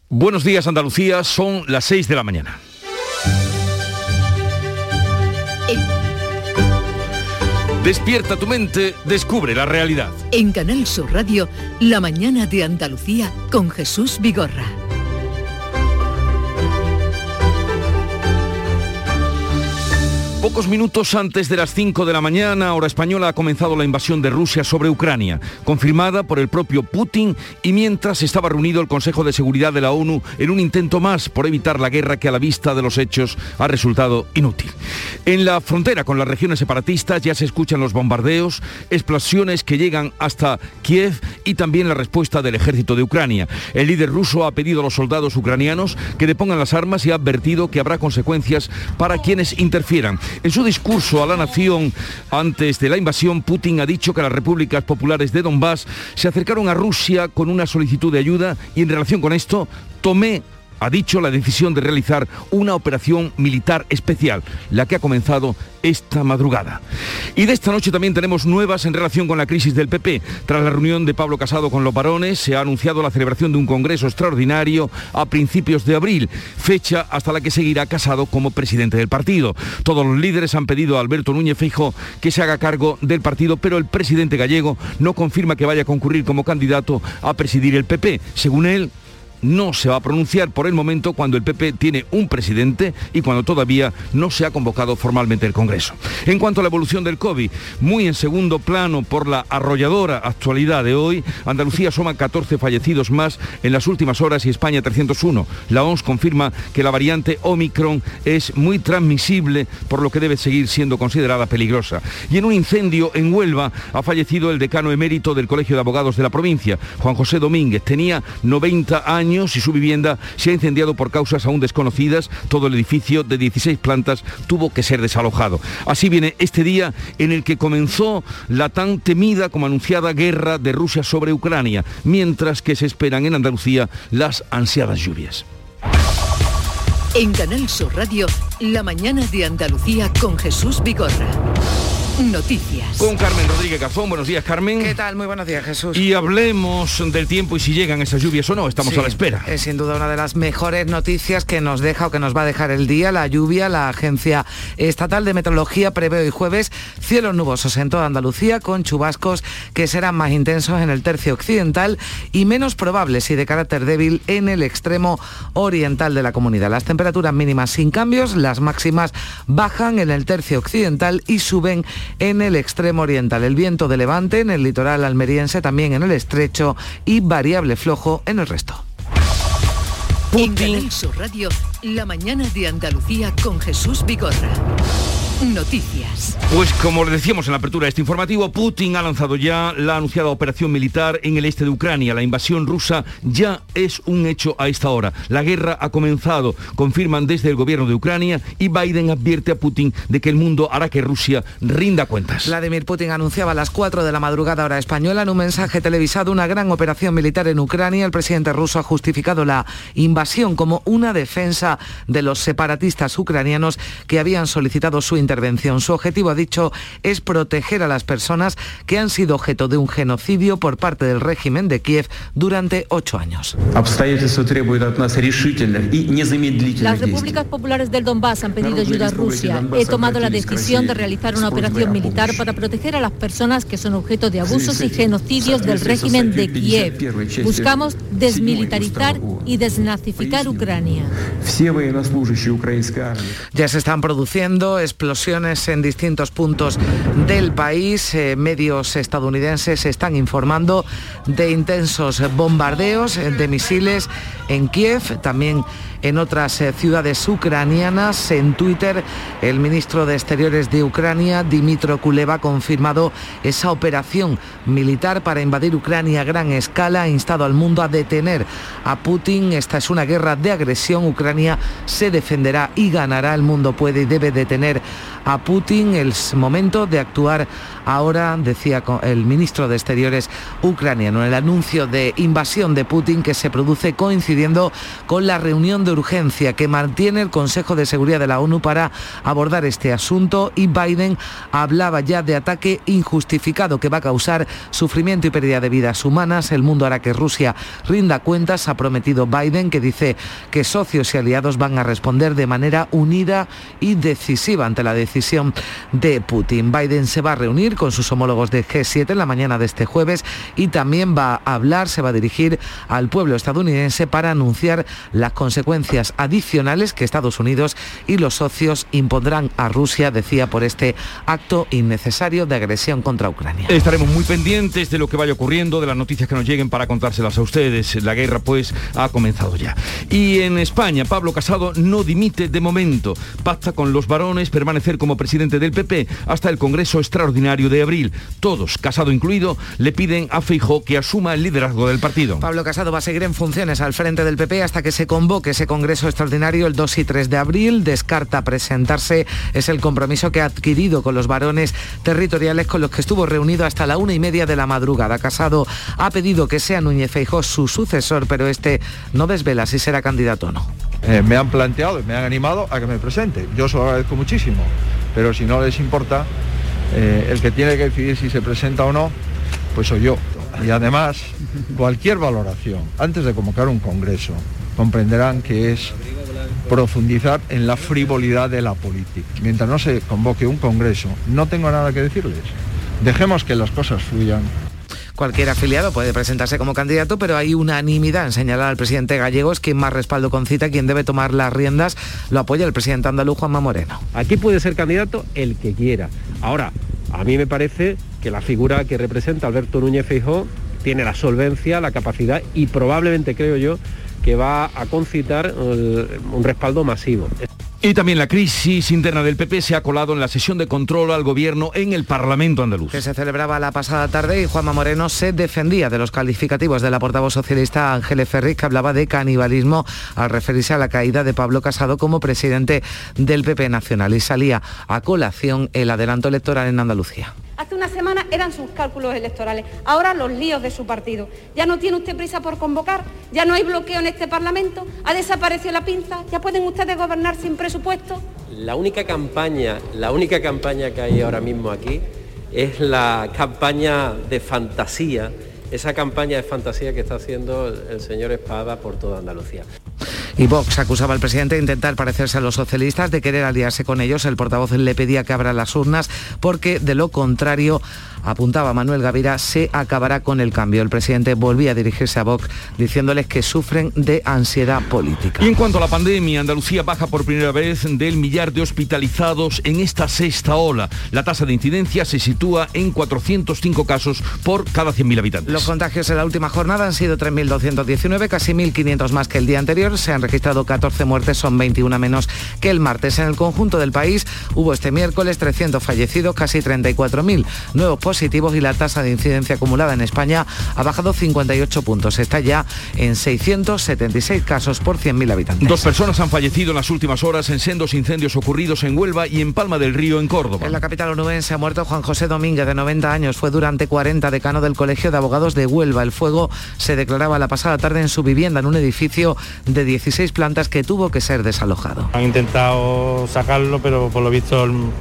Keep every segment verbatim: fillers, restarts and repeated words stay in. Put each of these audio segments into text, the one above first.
Buenos días, Andalucía, son las seis de la mañana. Despierta tu mente, descubre la realidad. En Canal Sur Radio, La mañana de Andalucía con Jesús Vigorra. Pocos minutos antes de las cinco de la mañana, hora española, ha comenzado la invasión de Rusia sobre Ucrania, confirmada por el propio Putin, y mientras estaba reunido el Consejo de Seguridad de la ONU en un intento más por evitar la guerra que a la vista de los hechos ha resultado inútil. En la frontera con las regiones separatistas ya se escuchan los bombardeos, explosiones que llegan hasta Kiev y también la respuesta del ejército de Ucrania. El líder ruso ha pedido a los soldados ucranianos que depongan las armas y ha advertido que habrá consecuencias para quienes interfieran. En su discurso a la nación antes de la invasión, Putin ha dicho que las repúblicas populares de Donbass se acercaron a Rusia con una solicitud de ayuda y en relación con esto tomé, ha dicho, la decisión de realizar una operación militar especial, la que ha comenzado esta madrugada. Y de esta noche también tenemos nuevas en relación con la crisis del P P. Tras la reunión de Pablo Casado con los varones, se ha anunciado la celebración de un congreso extraordinario a principios de abril, fecha hasta la que seguirá Casado como presidente del partido. Todos los líderes han pedido a Alberto Núñez Feijóo que se haga cargo del partido, pero el presidente gallego no confirma que vaya a concurrir como candidato a presidir el P P. Según él, no se va a pronunciar por el momento cuando el P P tiene un presidente y cuando todavía no se ha convocado formalmente el Congreso. En cuanto a la evolución del COVID, muy en segundo plano por la arrolladora actualidad de hoy, Andalucía suma catorce fallecidos más en las últimas horas y España trescientos uno. La O M S confirma que la variante Omicron es muy transmisible, por lo que debe seguir siendo considerada peligrosa. Y en un incendio en Huelva ha fallecido el decano emérito del Colegio de Abogados de la provincia, Juan José Domínguez. Tenía noventa años y su vivienda se ha incendiado por causas aún desconocidas. Todo el edificio de dieciséis plantas tuvo que ser desalojado. Así viene este día en el que comenzó la tan temida como anunciada guerra de Rusia sobre Ucrania, mientras que se esperan en Andalucía las ansiadas lluvias. En Canal Sur Radio, La mañana de Andalucía con Jesús Vigorra. Noticias. Con Carmen Rodríguez Garzón. Buenos días, Carmen. ¿Qué tal? Muy buenos días, Jesús. Y hablemos del tiempo y si llegan esas lluvias o no. Estamos sí, a la espera. Es sin duda una de las mejores noticias que nos deja o que nos va a dejar el día, la lluvia. La Agencia Estatal de Meteorología prevé hoy jueves cielos nubosos en toda Andalucía, con chubascos que serán más intensos en el tercio occidental y menos probables y de carácter débil en el extremo oriental de la comunidad. Las temperaturas mínimas sin cambios, las máximas bajan en el tercio occidental y suben en el extremo oriental. El viento de levante en el litoral almeriense, también en el estrecho, y variable flojo en el resto. En Canal Sur Radio, La mañana de Andalucía con Jesús Vigorra. Noticias. Pues como le decíamos en la apertura de este informativo, Putin ha lanzado ya la anunciada operación militar en el este de Ucrania. La invasión rusa ya es un hecho a esta hora. La guerra ha comenzado, confirman desde el gobierno de Ucrania, y Biden advierte a Putin de que el mundo hará que Rusia rinda cuentas. Vladimir Putin anunciaba a las cuatro de la madrugada hora española en un mensaje televisado una gran operación militar en Ucrania. El presidente ruso ha justificado la invasión como una defensa de los separatistas ucranianos que habían solicitado su intervención. Su objetivo, ha dicho, es proteger a las personas que han sido objeto de un genocidio por parte del régimen de Kiev durante ocho años. Las repúblicas populares del Donbass han pedido ayuda a Rusia. He tomado la decisión de realizar una operación militar para proteger a las personas que son objeto de abusos y genocidios del régimen de Kiev. Buscamos desmilitarizar y desnazificar Ucrania. Ya se están produciendo explosiones en distintos puntos del país. Eh, medios estadounidenses están informando de intensos bombardeos de misiles en Kiev, también en otras eh, ciudades ucranianas. En Twitter, el ministro de Exteriores de Ucrania, Dmytro Kuleba, ha confirmado esa operación militar para invadir Ucrania a gran escala. Ha instado al mundo a detener a Putin. Esta es una guerra de agresión. Ucrania se defenderá y ganará. El mundo puede y debe detener a Putin. Es momento de actuar ahora, decía el ministro de Exteriores ucraniano, en el anuncio de invasión de Putin que se produce coincidiendo con la reunión de urgencia que mantiene el Consejo de Seguridad de la ONU para abordar este asunto, y Biden hablaba ya de ataque injustificado que va a causar sufrimiento y pérdida de vidas humanas. El mundo hará que Rusia rinda cuentas, ha prometido Biden, que dice que socios y aliados van a responder de manera unida y decisiva ante la decisión de Putin. Biden se va a reunir con sus homólogos de G siete en la mañana de este jueves y también va a hablar, se va a dirigir al pueblo estadounidense para anunciar las consecuencias adicionales que Estados Unidos y los socios impondrán a Rusia, decía, por este acto innecesario de agresión contra Ucrania. Estaremos muy pendientes de lo que vaya ocurriendo, de las noticias que nos lleguen para contárselas a ustedes. La guerra, pues, ha comenzado ya. Y en España, Pablo Casado no dimite de momento. Pacta con los varones permanecer como presidente del P P hasta el Congreso Extraordinario de abril. Todos, Casado incluido, le piden a Feijóo que asuma el liderazgo del partido. Pablo Casado va a seguir en funciones al frente del P P hasta que se convoque ese Congreso Extraordinario el dos y tres de abril. Descarta presentarse, es el compromiso que ha adquirido con los varones territoriales con los que estuvo reunido hasta la una y media de la madrugada. Casado ha pedido que sea Núñez Feijóo su sucesor, pero este no desvela si será candidato o no. Eh, me han planteado, me han animado a que me presente. Yo se lo agradezco muchísimo, pero si no les importa, eh, el que tiene que decidir si se presenta o no, pues soy yo. Y además, cualquier valoración antes de convocar un congreso, comprenderán que es profundizar en la frivolidad de la política. Mientras no se convoque un congreso, no tengo nada que decirles. Dejemos que las cosas fluyan. Cualquier afiliado puede presentarse como candidato, pero hay unanimidad en señalar al presidente Gallegos quien más respaldo concita, quien debe tomar las riendas. Lo apoya el presidente andaluz, Juanma Moreno. Aquí puede ser candidato el que quiera. Ahora, a mí me parece que la figura que representa Alberto Núñez Feijóo tiene la solvencia, la capacidad y probablemente, creo yo, que va a concitar un respaldo masivo. Y también la crisis interna del P P se ha colado en la sesión de control al gobierno en el Parlamento andaluz. Que se celebraba la pasada tarde y Juanma Moreno se defendía de los calificativos de la portavoz socialista Ángeles Ferriz, que hablaba de canibalismo al referirse a la caída de Pablo Casado como presidente del P P nacional, y salía a colación el adelanto electoral en Andalucía. Hace una semana eran sus cálculos electorales, ahora los líos de su partido. Ya no tiene usted prisa por convocar, ya no hay bloqueo en este Parlamento, ha desaparecido la pinza, ya pueden ustedes gobernar sin presupuesto. La única campaña, la única campaña que hay ahora mismo aquí es la campaña de fantasía, esa campaña de fantasía que está haciendo el señor Espada por toda Andalucía. Y Vox acusaba al presidente de intentar parecerse a los socialistas, de querer aliarse con ellos. El portavoz le pedía que abra las urnas porque, de lo contrario, apuntaba Manuel Gavira, se acabará con el cambio. El presidente volvía a dirigirse a Vox diciéndoles que sufren de ansiedad política. Y en cuanto a la pandemia, Andalucía baja por primera vez del millar de hospitalizados en esta sexta ola. La tasa de incidencia se sitúa en cuatrocientos cinco casos por cada cien mil habitantes. Los contagios en la última jornada han sido tres mil doscientos diecinueve, casi mil quinientos más que el día anterior. Se han registrado catorce muertes, son veintiuna menos que el martes. En el conjunto del país hubo este miércoles trescientos fallecidos, casi treinta y cuatro mil nuevos positivos, y la tasa de incidencia acumulada en España ha bajado cincuenta y ocho puntos. Está ya en seiscientos setenta y seis casos por cien mil habitantes. Dos personas han fallecido en las últimas horas en sendos incendios ocurridos en Huelva y en Palma del Río, en Córdoba. En la capital onubense ha muerto Juan José Domínguez, de noventa años. Fue durante cuarenta decano del Colegio de Abogados de Huelva. El fuego se declaraba la pasada tarde en su vivienda, en un edificio de dieciséis plantas que tuvo que ser desalojado. Han intentado sacarlo, pero por lo visto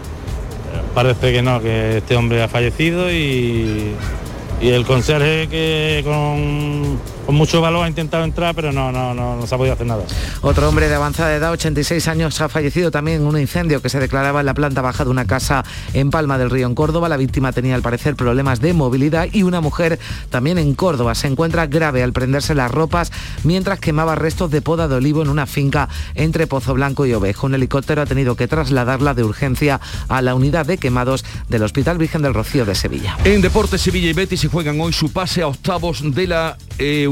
parece que no, que este hombre ha fallecido, y, y el conserje, que con, con mucho valor ha intentado entrar, pero no, no, no, no se ha podido hacer nada. Otro hombre de avanzada edad, ochenta y seis años, ha fallecido también en un incendio que se declaraba en la planta baja de una casa en Palma del Río, en Córdoba. La víctima tenía, al parecer, problemas de movilidad. Y una mujer también en Córdoba se encuentra grave al prenderse las ropas mientras quemaba restos de poda de olivo en una finca entre Pozo Blanco y Ovejo. Un helicóptero ha tenido que trasladarla de urgencia a la unidad de quemados del Hospital Virgen del Rocío de Sevilla. En deportes, Sevilla y Betis se juegan hoy su pase a octavos de la eh,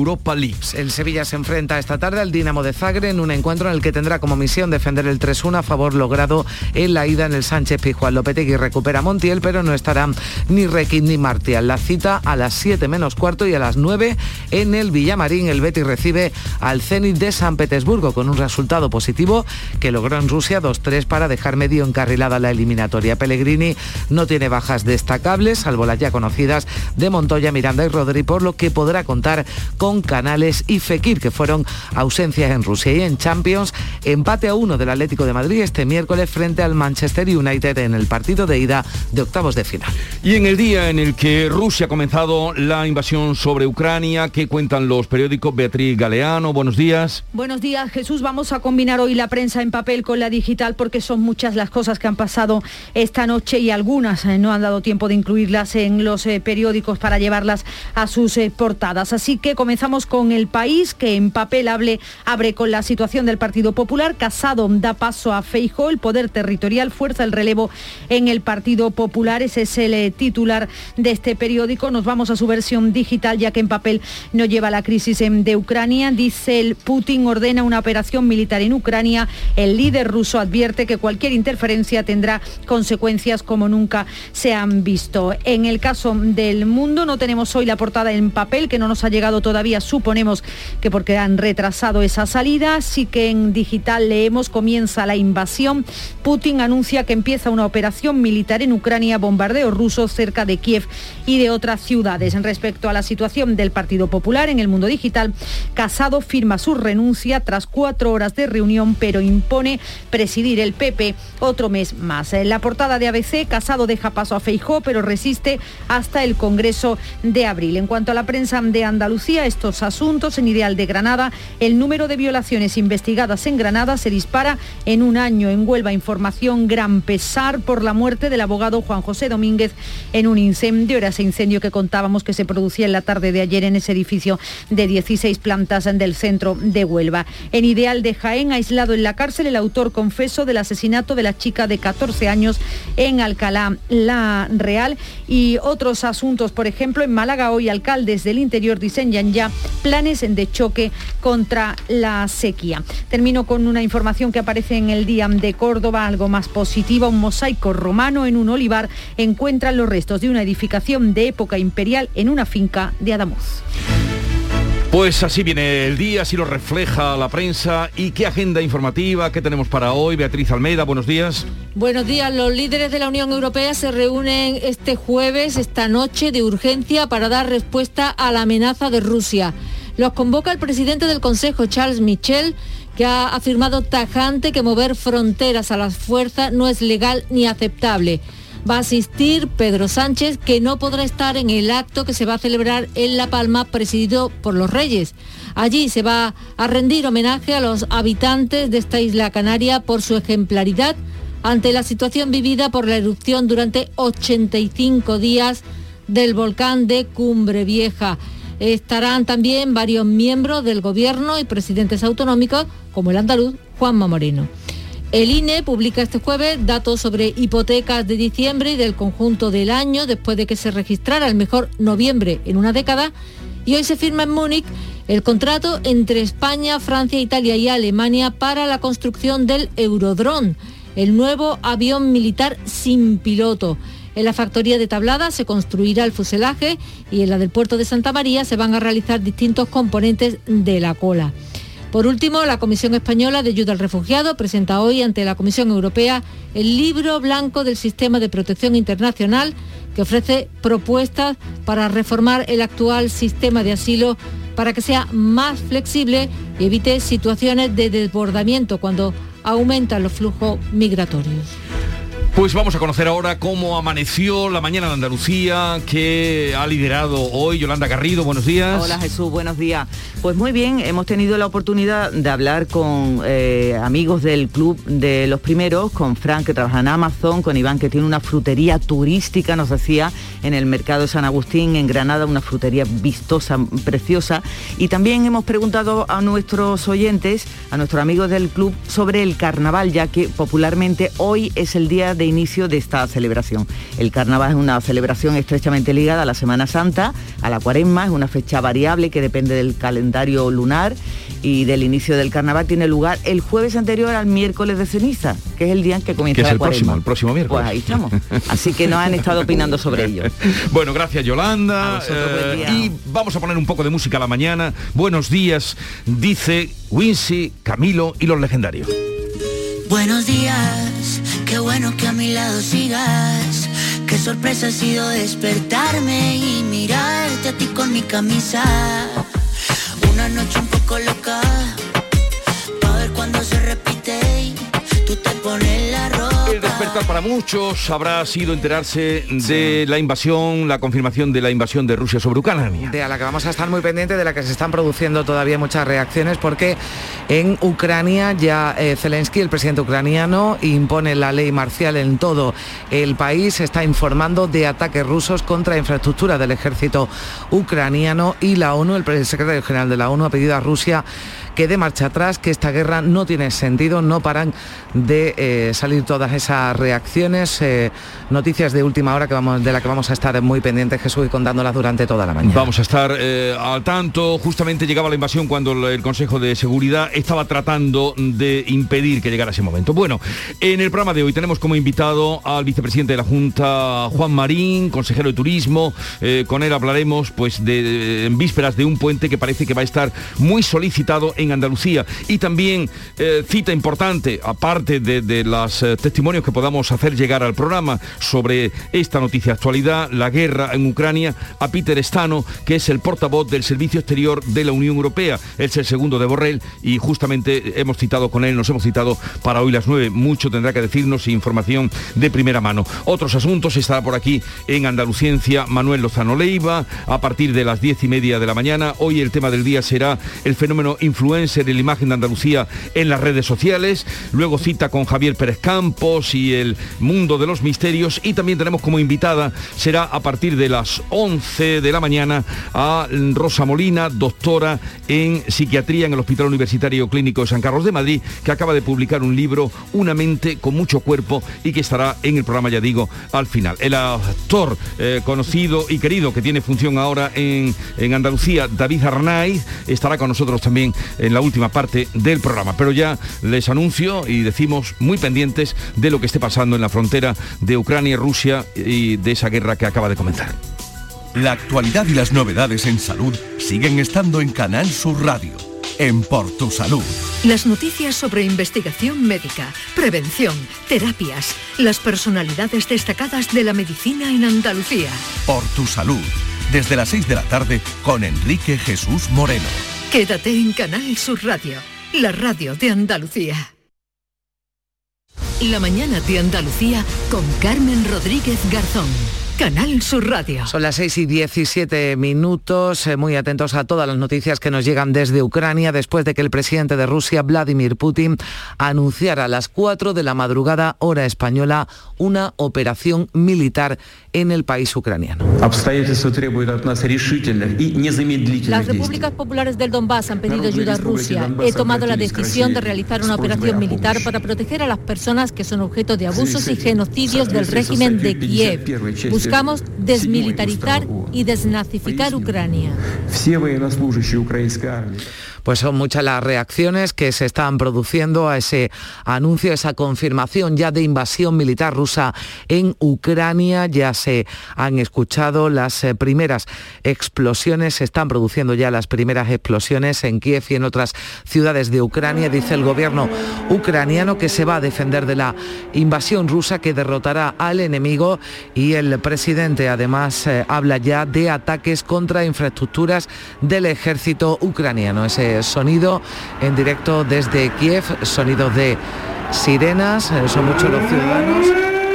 Europa League. El Sevilla se enfrenta esta tarde al Dinamo de Zagreb en un encuentro en el que tendrá como misión defender el tres uno a favor logrado en la ida en el Sánchez-Pizjuán. Lopetegui recupera a Montiel, pero no estarán ni Requín ni Martial. La cita a las siete menos cuarto y a las nueve en el Villamarín. El Betis recibe al Zenit de San Petersburgo con un resultado positivo que logró en Rusia dos tres para dejar medio encarrilada la eliminatoria. Pellegrini no tiene bajas destacables, salvo las ya conocidas de Montoya, Miranda y Rodri, por lo que podrá contar con Canales y Fekir, que fueron ausencias en Rusia. Y en Champions, empate a uno del Atlético de Madrid este miércoles frente al Manchester United en el partido de ida de octavos de final. Y en el día en el que Rusia ha comenzado la invasión sobre Ucrania, ¿qué cuentan los periódicos? Beatriz Galeano, buenos días. Buenos días, Jesús. Vamos a combinar hoy la prensa en papel con la digital porque son muchas las cosas que han pasado esta noche y algunas eh, no han dado tiempo de incluirlas en los eh, periódicos para llevarlas a sus eh, portadas. Así que comenzamos con El País, que en papel hable, abre con la situación del Partido Popular. Casado da paso a Feijóo, el poder territorial fuerza el relevo en el Partido Popular. Ese es el eh, titular de este periódico. Nos vamos a su versión digital, ya que en papel no lleva la crisis en, de Ucrania. Dice el Putin ordena una operación militar en Ucrania. El líder ruso advierte que cualquier interferencia tendrá consecuencias como nunca se han visto. En el caso del Mundo no tenemos hoy la portada en papel, que no nos ha llegado todavía, suponemos que porque han retrasado esa salida. Sí que en digital leemos: comienza la invasión. Putin anuncia que empieza una operación militar en Ucrania, bombardeos rusos cerca de Kiev y de otras ciudades. Respecto a la situación del Partido Popular en el Mundo digital, Casado firma su renuncia tras cuatro horas de reunión, pero impone presidir el P P otro mes más. En la portada de A B C, Casado deja paso a Feijóo, pero resiste hasta el Congreso de abril. En cuanto a la prensa de Andalucía, estos asuntos: en Ideal de Granada, el número de violaciones investigadas en Granada se dispara en un año. En Huelva, información: gran pesar por la muerte del abogado Juan José Domínguez en un incendio. Era ese incendio que contábamos que se producía en la tarde de ayer en ese edificio de dieciséis plantas del centro de Huelva. En Ideal de Jaén, aislado en la cárcel el autor confeso del asesinato de la chica de catorce años en Alcalá la Real. Y otros asuntos, por ejemplo, en Málaga hoy alcaldes del interior diseñan ya planes de choque contra la sequía. Termino con una información que aparece en el Día de Córdoba, algo más positiva: un mosaico romano en un olivar encuentran los restos de una edificación de época imperial en una finca de Adamuz. Pues así viene el día, así lo refleja la prensa. ¿Y qué agenda informativa, qué tenemos para hoy? Beatriz Almeida, buenos días. Buenos días. Los líderes de la Unión Europea se reúnen este jueves, esta noche, de urgencia para dar respuesta a la amenaza de Rusia. Los convoca el presidente del Consejo, Charles Michel, que ha afirmado tajante que mover fronteras a las fuerzas no es legal ni aceptable. Va a asistir Pedro Sánchez, que no podrá estar en el acto que se va a celebrar en La Palma, presidido por los Reyes. Allí se va a rendir homenaje a los habitantes de esta isla canaria por su ejemplaridad ante la situación vivida por la erupción durante ochenta y cinco días del volcán de Cumbre Vieja. Estarán también varios miembros del Gobierno y presidentes autonómicos, como el andaluz Juanma Moreno. El I N E publica este jueves datos sobre hipotecas de diciembre y del conjunto del año, después de que se registrara el mejor noviembre en una década. Y hoy se firma en Múnich el contrato entre España, Francia, Italia y Alemania para la construcción del Eurodrone, el nuevo avión militar sin piloto. En la factoría de Tablada se construirá el fuselaje y en la del puerto de Santa María se van a realizar distintos componentes de la cola. Por último, la Comisión Española de Ayuda al Refugiado presenta hoy ante la Comisión Europea el libro blanco del Sistema de Protección Internacional, que ofrece propuestas para reformar el actual sistema de asilo para que sea más flexible y evite situaciones de desbordamiento cuando aumentan los flujos migratorios. Pues vamos a conocer ahora cómo amaneció la mañana de Andalucía, que ha liderado hoy Yolanda Garrido. Buenos días. Hola Jesús, buenos días. Pues muy bien, hemos tenido la oportunidad de hablar con eh, amigos del Club de los Primeros, con Fran, que trabaja en Amazon, con Iván, que tiene una frutería turística, nos decía, en el mercado de San Agustín, en Granada, una frutería vistosa, preciosa. Y también hemos preguntado a nuestros oyentes, a nuestros amigos del club, sobre el carnaval, ya que popularmente hoy es el día de de inicio de esta celebración. El carnaval es una celebración estrechamente ligada a la Semana Santa, a la Cuaresma, es una fecha variable que depende del calendario lunar y del inicio del carnaval. Tiene lugar el jueves anterior al miércoles de ceniza, que es el día en que comienza que es la el Cuaresma. próximo, el próximo miércoles. Pues ahí estamos. Así que nos han estado opinando sobre ello. Bueno, gracias Yolanda. Eh, y vamos a poner un poco de música a la mañana. Buenos días, dice Wincy, Camilo y los legendarios. Buenos días, qué bueno que a mi lado sigas. Qué sorpresa ha sido despertarme y mirarte a ti con mi camisa. Una noche un poco loca, pa' ver cuando se repite y tú te pones la ropa. El despertar para muchos habrá sido enterarse de la invasión, la confirmación de la invasión de Rusia sobre Ucrania. De la que vamos a estar muy pendientes, de la que se están produciendo todavía muchas reacciones, porque en Ucrania ya eh, Zelensky, el presidente ucraniano, impone la ley marcial en todo el país. Se está informando de ataques rusos contra infraestructura del ejército ucraniano y la ONU, el secretario general de la ONU, ha pedido a Rusia que dé marcha atrás, que esta guerra no tiene sentido. No paran de eh, salir todas esas reacciones, eh, noticias de última hora que vamos, de la que vamos a estar muy pendientes, Jesús, y contándolas durante toda la mañana. Vamos a estar eh, al tanto. Justamente llegaba la invasión cuando el Consejo de Seguridad estaba tratando de impedir que llegara ese momento. Bueno, en el programa de hoy tenemos como invitado al vicepresidente de la Junta, Juan Marín, consejero de Turismo. Eh, con él hablaremos pues de, de en vísperas de un puente que parece que va a estar muy solicitado en Andalucía, y también eh, cita importante, aparte de, de los eh, testimonios que podamos hacer llegar al programa sobre esta noticia de actualidad, la guerra en Ucrania, a Peter Stano, que es el portavoz del Servicio Exterior de la Unión Europea. Él es el segundo de Borrell y justamente hemos citado con él, nos hemos citado para hoy las nueve. Mucho tendrá que decirnos, información de primera mano. Otros asuntos, estará por aquí en Andaluciencia Manuel Lozano Leiva a partir de las diez y media de la mañana. Hoy el tema del día será el fenómeno influencer en la imagen de Andalucía en las redes sociales. Luego cita con Javier Pérez Campos y el mundo de los misterios, y también tenemos como invitada, será a partir de las once de la mañana, a Rosa Molina, doctora en psiquiatría en el Hospital Universitario Clínico de San Carlos de Madrid, que acaba de publicar un libro, Una mente con mucho cuerpo, y que estará en el programa, ya digo, al final. El actor eh, conocido y querido que tiene función ahora en, en Andalucía, David Arnaiz, estará con nosotros también en la última parte del programa. Pero ya les anuncio y decimos muy pendientes de lo que esté pasando en la frontera de Ucrania y Rusia y de esa guerra que acaba de comenzar. La actualidad y las novedades en salud siguen estando en Canal Sur Radio, en Por Tu Salud. Las noticias sobre investigación médica, prevención, terapias, las personalidades destacadas de la medicina en Andalucía. Por Tu Salud, desde las seis de la tarde con Enrique Jesús Moreno. Quédate en Canal Sur Radio, la radio de Andalucía. La mañana de Andalucía con Carmen Rodríguez Garzón. Canal Sur Radio. Son las seis y diecisiete minutos, eh, muy atentos a todas las noticias que nos llegan desde Ucrania, después de que el presidente de Rusia, Vladimir Putin, anunciara a las cuatro de la madrugada, hora española, una operación militar en el país ucraniano. Las repúblicas populares del Donbass han pedido ayuda a Rusia. He tomado la decisión de realizar una operación militar para proteger a las personas que son objeto de abusos y genocidios del régimen de Kiev. Buscamos desmilitarizar y desnazificar Ucrania. Pues son muchas las reacciones que se están produciendo a ese anuncio, esa confirmación ya de invasión militar rusa en Ucrania. Ya se han escuchado las eh, primeras explosiones, se están produciendo ya las primeras explosiones en Kiev y en otras ciudades de Ucrania. Dice el gobierno ucraniano que se va a defender de la invasión rusa, que derrotará al enemigo, y el presidente además eh, habla ya de ataques contra infraestructuras del ejército ucraniano. Ese sonido en directo desde Kiev, sonidos de sirenas, son muchos los ciudadanos.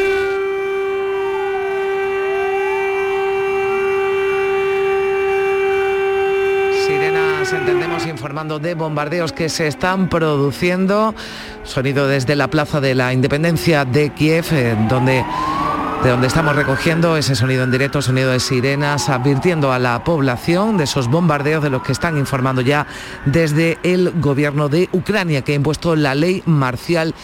Sirenas, entendemos, informando de bombardeos que se están produciendo. Sonido desde la Plaza de la Independencia de Kiev, eh, donde... de donde estamos recogiendo ese sonido en directo, sonido de sirenas, advirtiendo a la población de esos bombardeos de los que están informando ya desde el gobierno de Ucrania, que ha impuesto la ley marcial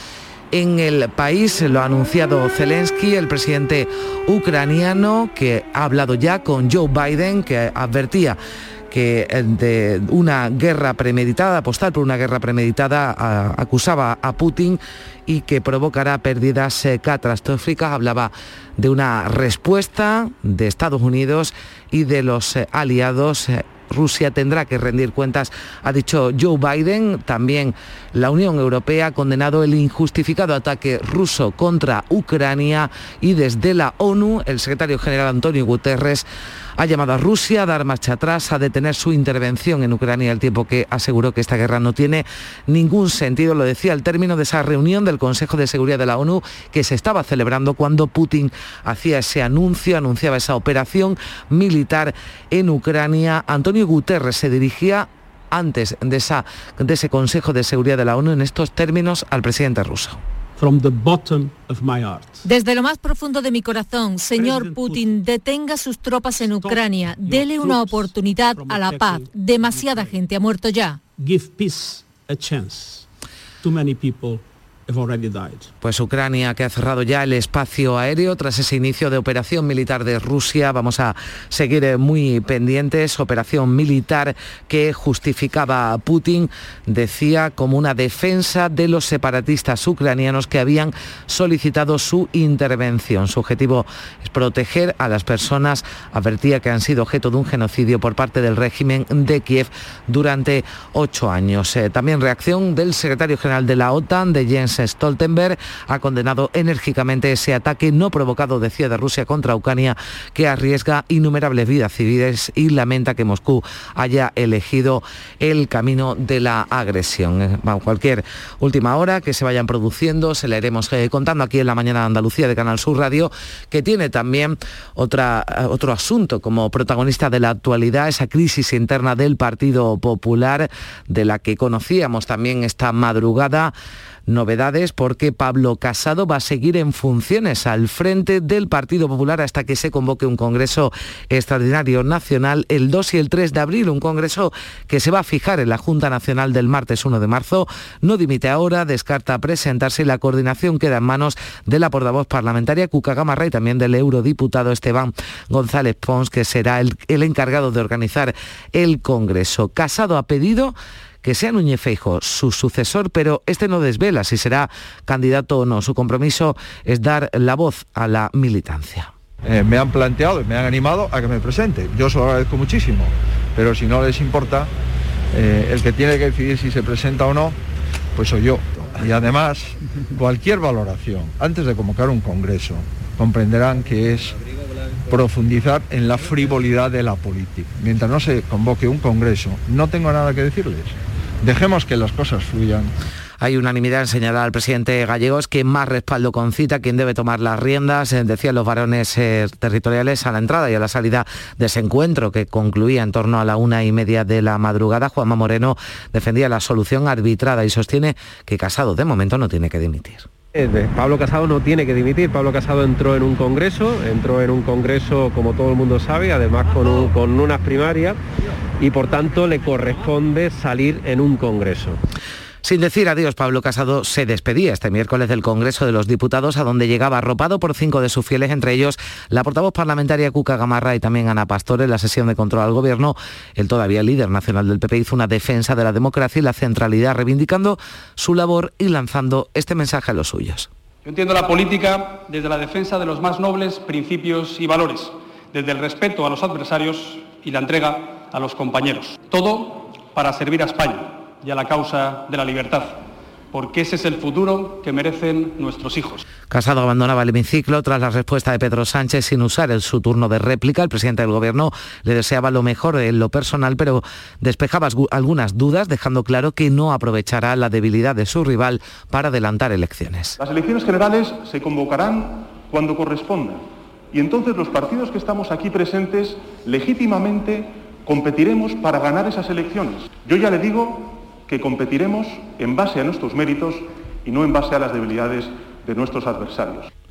en el país. Lo ha anunciado Zelensky, el presidente ucraniano, que ha hablado ya con Joe Biden, que advertía que de una guerra premeditada, apostar por una guerra premeditada, a, acusaba a Putin y que provocará pérdidas eh, catastróficas. Hablaba de una respuesta de Estados Unidos y de los eh, aliados. Eh, Rusia tendrá que rendir cuentas, ha dicho Joe Biden. También la Unión Europea ha condenado el injustificado ataque ruso contra Ucrania y desde la ONU el secretario general Antonio Guterres ha llamado a Rusia a dar marcha atrás, a detener su intervención en Ucrania, al tiempo que aseguró que esta guerra no tiene ningún sentido. Lo decía al término de esa reunión del Consejo de Seguridad de la ONU que se estaba celebrando cuando Putin hacía ese anuncio, anunciaba esa operación militar en Ucrania. Antonio Guterres se dirigía antes de, esa, de ese Consejo de Seguridad de la ONU en estos términos al presidente ruso. From the bottom of my heart. Desde lo más profundo de mi corazón, señor Putin, detenga sus tropas en Ucrania, dele una oportunidad a la paz. Demasiada gente ha muerto ya. Give peace a chance. Too many people have already died. Pues Ucrania, que ha cerrado ya el espacio aéreo tras ese inicio de operación militar de Rusia. Vamos a seguir muy pendientes. Operación militar que justificaba a Putin, decía, como una defensa de los separatistas ucranianos que habían solicitado su intervención. Su objetivo es proteger a las personas, advertía, que han sido objeto de un genocidio por parte del régimen de Kiev durante ocho años. Eh, también reacción del secretario general de la OTAN, de Jens Stoltenberg, ha condenado enérgicamente ese ataque no provocado, decía, de Rusia contra Ucrania, que arriesga innumerables vidas civiles, y lamenta que Moscú haya elegido el camino de la agresión. Bueno, cualquier última hora que se vayan produciendo se le iremos eh, contando aquí en La Mañana de Andalucía de Canal Sur Radio, que tiene también otra, otro asunto como protagonista de la actualidad, esa crisis interna del Partido Popular, de la que conocíamos también esta madrugada. Novedades porque Pablo Casado va a seguir en funciones al frente del Partido Popular hasta que se convoque un Congreso Extraordinario Nacional el dos y el tres de abril, un congreso que se va a fijar en la Junta Nacional del martes uno de marzo. No dimite ahora, descarta presentarse y la coordinación queda en manos de la portavoz parlamentaria Cuca Gamarra y también del eurodiputado Esteban González Pons, que será el, el encargado de organizar el Congreso. Casado ha pedido que sea Núñez Feijóo su sucesor, pero este no desvela si será candidato o no. Su compromiso es dar la voz a la militancia. Eh, me han planteado y me han animado a que me presente. Yo se lo agradezco muchísimo, pero si no les importa, eh, el que tiene que decidir si se presenta o no, pues soy yo. Y además, cualquier valoración, antes de convocar un congreso, comprenderán que es profundizar en la frivolidad de la política. Mientras no se convoque un congreso, no tengo nada que decirles. Dejemos que las cosas fluyan. Hay unanimidad en señalar al presidente Gallegos que más respaldo concita quien debe tomar las riendas, eh, decían los varones eh, territoriales a la entrada y a la salida de ese encuentro que concluía en torno a la una y media de la madrugada. Juanma Moreno defendía la solución arbitrada y sostiene que Casado de momento no tiene que dimitir. Pablo Casado no tiene que dimitir. Pablo Casado entró en un congreso, entró en un congreso, como todo el mundo sabe, además con, un, con unas primarias, y por tanto le corresponde salir en un congreso. Sin decir adiós, Pablo Casado se despedía este miércoles del Congreso de los Diputados, a donde llegaba arropado por cinco de sus fieles, entre ellos la portavoz parlamentaria Cuca Gamarra y también Ana Pastor. En la sesión de control al Gobierno, el todavía líder nacional del P P hizo una defensa de la democracia y la centralidad, reivindicando su labor y lanzando este mensaje a los suyos. Yo entiendo la política desde la defensa de los más nobles principios y valores, desde el respeto a los adversarios y la entrega a los compañeros. Todo para servir a España y a la causa de la libertad, porque ese es el futuro que merecen nuestros hijos. Casado abandonaba el hemiciclo tras la respuesta de Pedro Sánchez sin usar el, su turno de réplica. El presidente del Gobierno le deseaba lo mejor en lo personal, pero despejaba algunas dudas, dejando claro que no aprovechará la debilidad de su rival para adelantar elecciones. Las elecciones generales se convocarán cuando corresponda, y entonces los partidos que estamos aquí presentes legítimamente competiremos para ganar esas elecciones. Yo ya le digo que competiremos en base a nuestros méritos y no en base a las debilidades de nuestros adversarios.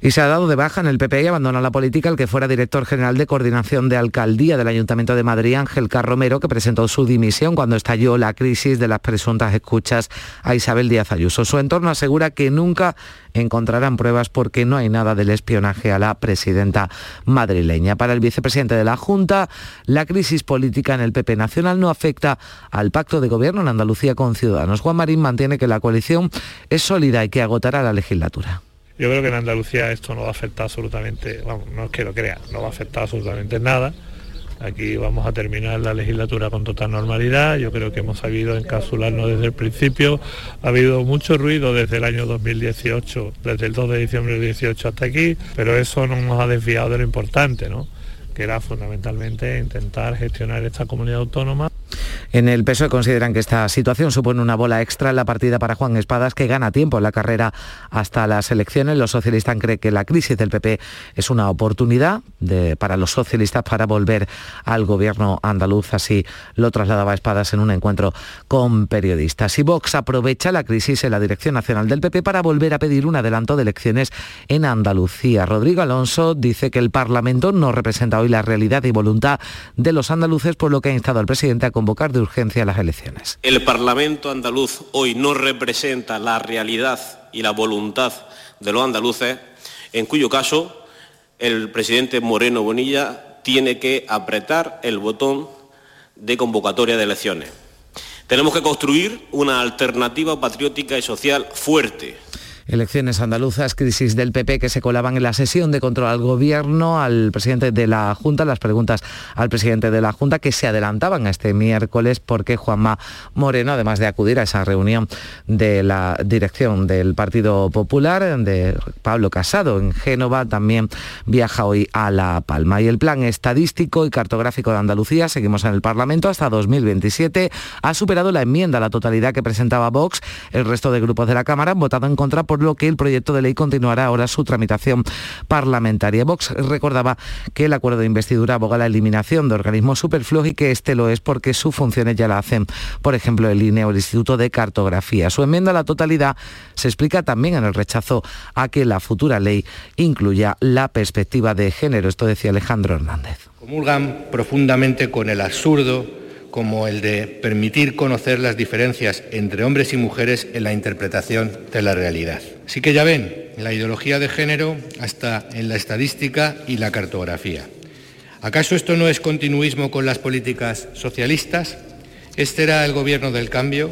Y se ha dado de baja en el P P y abandona la política el que fuera director general de Coordinación de Alcaldía del Ayuntamiento de Madrid, Ángel Carromero, que presentó su dimisión cuando estalló la crisis de las presuntas escuchas a Isabel Díaz Ayuso. Su entorno asegura que nunca encontrarán pruebas porque no hay nada del espionaje a la presidenta madrileña. Para el vicepresidente de la Junta, la crisis política en el P P nacional no afecta al pacto de gobierno en Andalucía con Ciudadanos. Juan Marín mantiene que la coalición es sólida y que agotará la legislatura. Yo creo que en Andalucía esto no va a afectar absolutamente, vamos, no es que lo crea, no va a afectar absolutamente nada. Aquí vamos a terminar la legislatura con total normalidad. Yo creo que hemos sabido encapsularnos desde el principio. Ha habido mucho ruido desde el año dos mil dieciocho, desde el dos de diciembre del dieciocho hasta aquí, pero eso no nos ha desviado de lo importante, ¿no?, que era fundamentalmente intentar gestionar esta comunidad autónoma. En el P S O E consideran que esta situación supone una bola extra en la partida para Juan Espadas, que gana tiempo en la carrera hasta las elecciones. Los socialistas creen que la crisis del P P es una oportunidad de, para los socialistas para volver al gobierno andaluz. Así lo trasladaba Espadas en un encuentro con periodistas. Y Vox aprovecha la crisis en la dirección nacional del P P para volver a pedir un adelanto de elecciones en Andalucía. Rodrigo Alonso dice que el Parlamento no representa hoy la realidad y voluntad de los andaluces, por lo que ha instado al presidente a convocar de urgencia las elecciones. El Parlamento andaluz hoy no representa la realidad y la voluntad de los andaluces, en cuyo caso el presidente Moreno Bonilla tiene que apretar el botón de convocatoria de elecciones. Tenemos que construir una alternativa patriótica y social fuerte. Elecciones andaluzas, crisis del P P que se colaban en la sesión de control al gobierno, al presidente de la Junta, las preguntas al presidente de la Junta que se adelantaban a este miércoles porque Juanma Moreno, además de acudir a esa reunión de la dirección del Partido Popular, de Pablo Casado en Génova, también viaja hoy a La Palma. Y el plan estadístico y cartográfico de Andalucía, seguimos en el Parlamento, hasta dos mil veintisiete, ha superado la enmienda a la totalidad que presentaba Vox. El resto de grupos de la Cámara han votado en contra, por lo que el proyecto de ley continuará ahora su tramitación parlamentaria. Vox recordaba que el acuerdo de investidura aboga la eliminación de organismos superfluos y que este lo es porque sus funciones ya la hacen, por ejemplo, el I N E o el Instituto de Cartografía. Su enmienda a la totalidad se explica también en el rechazo a que la futura ley incluya la perspectiva de género. Esto decía Alejandro Hernández. Comulgan profundamente con el absurdo como el de permitir conocer las diferencias entre hombres y mujeres en la interpretación de la realidad. Así que ya ven, la ideología de género hasta en la estadística y la cartografía. ¿Acaso esto no es continuismo con las políticas socialistas? ¿Este era el gobierno del cambio?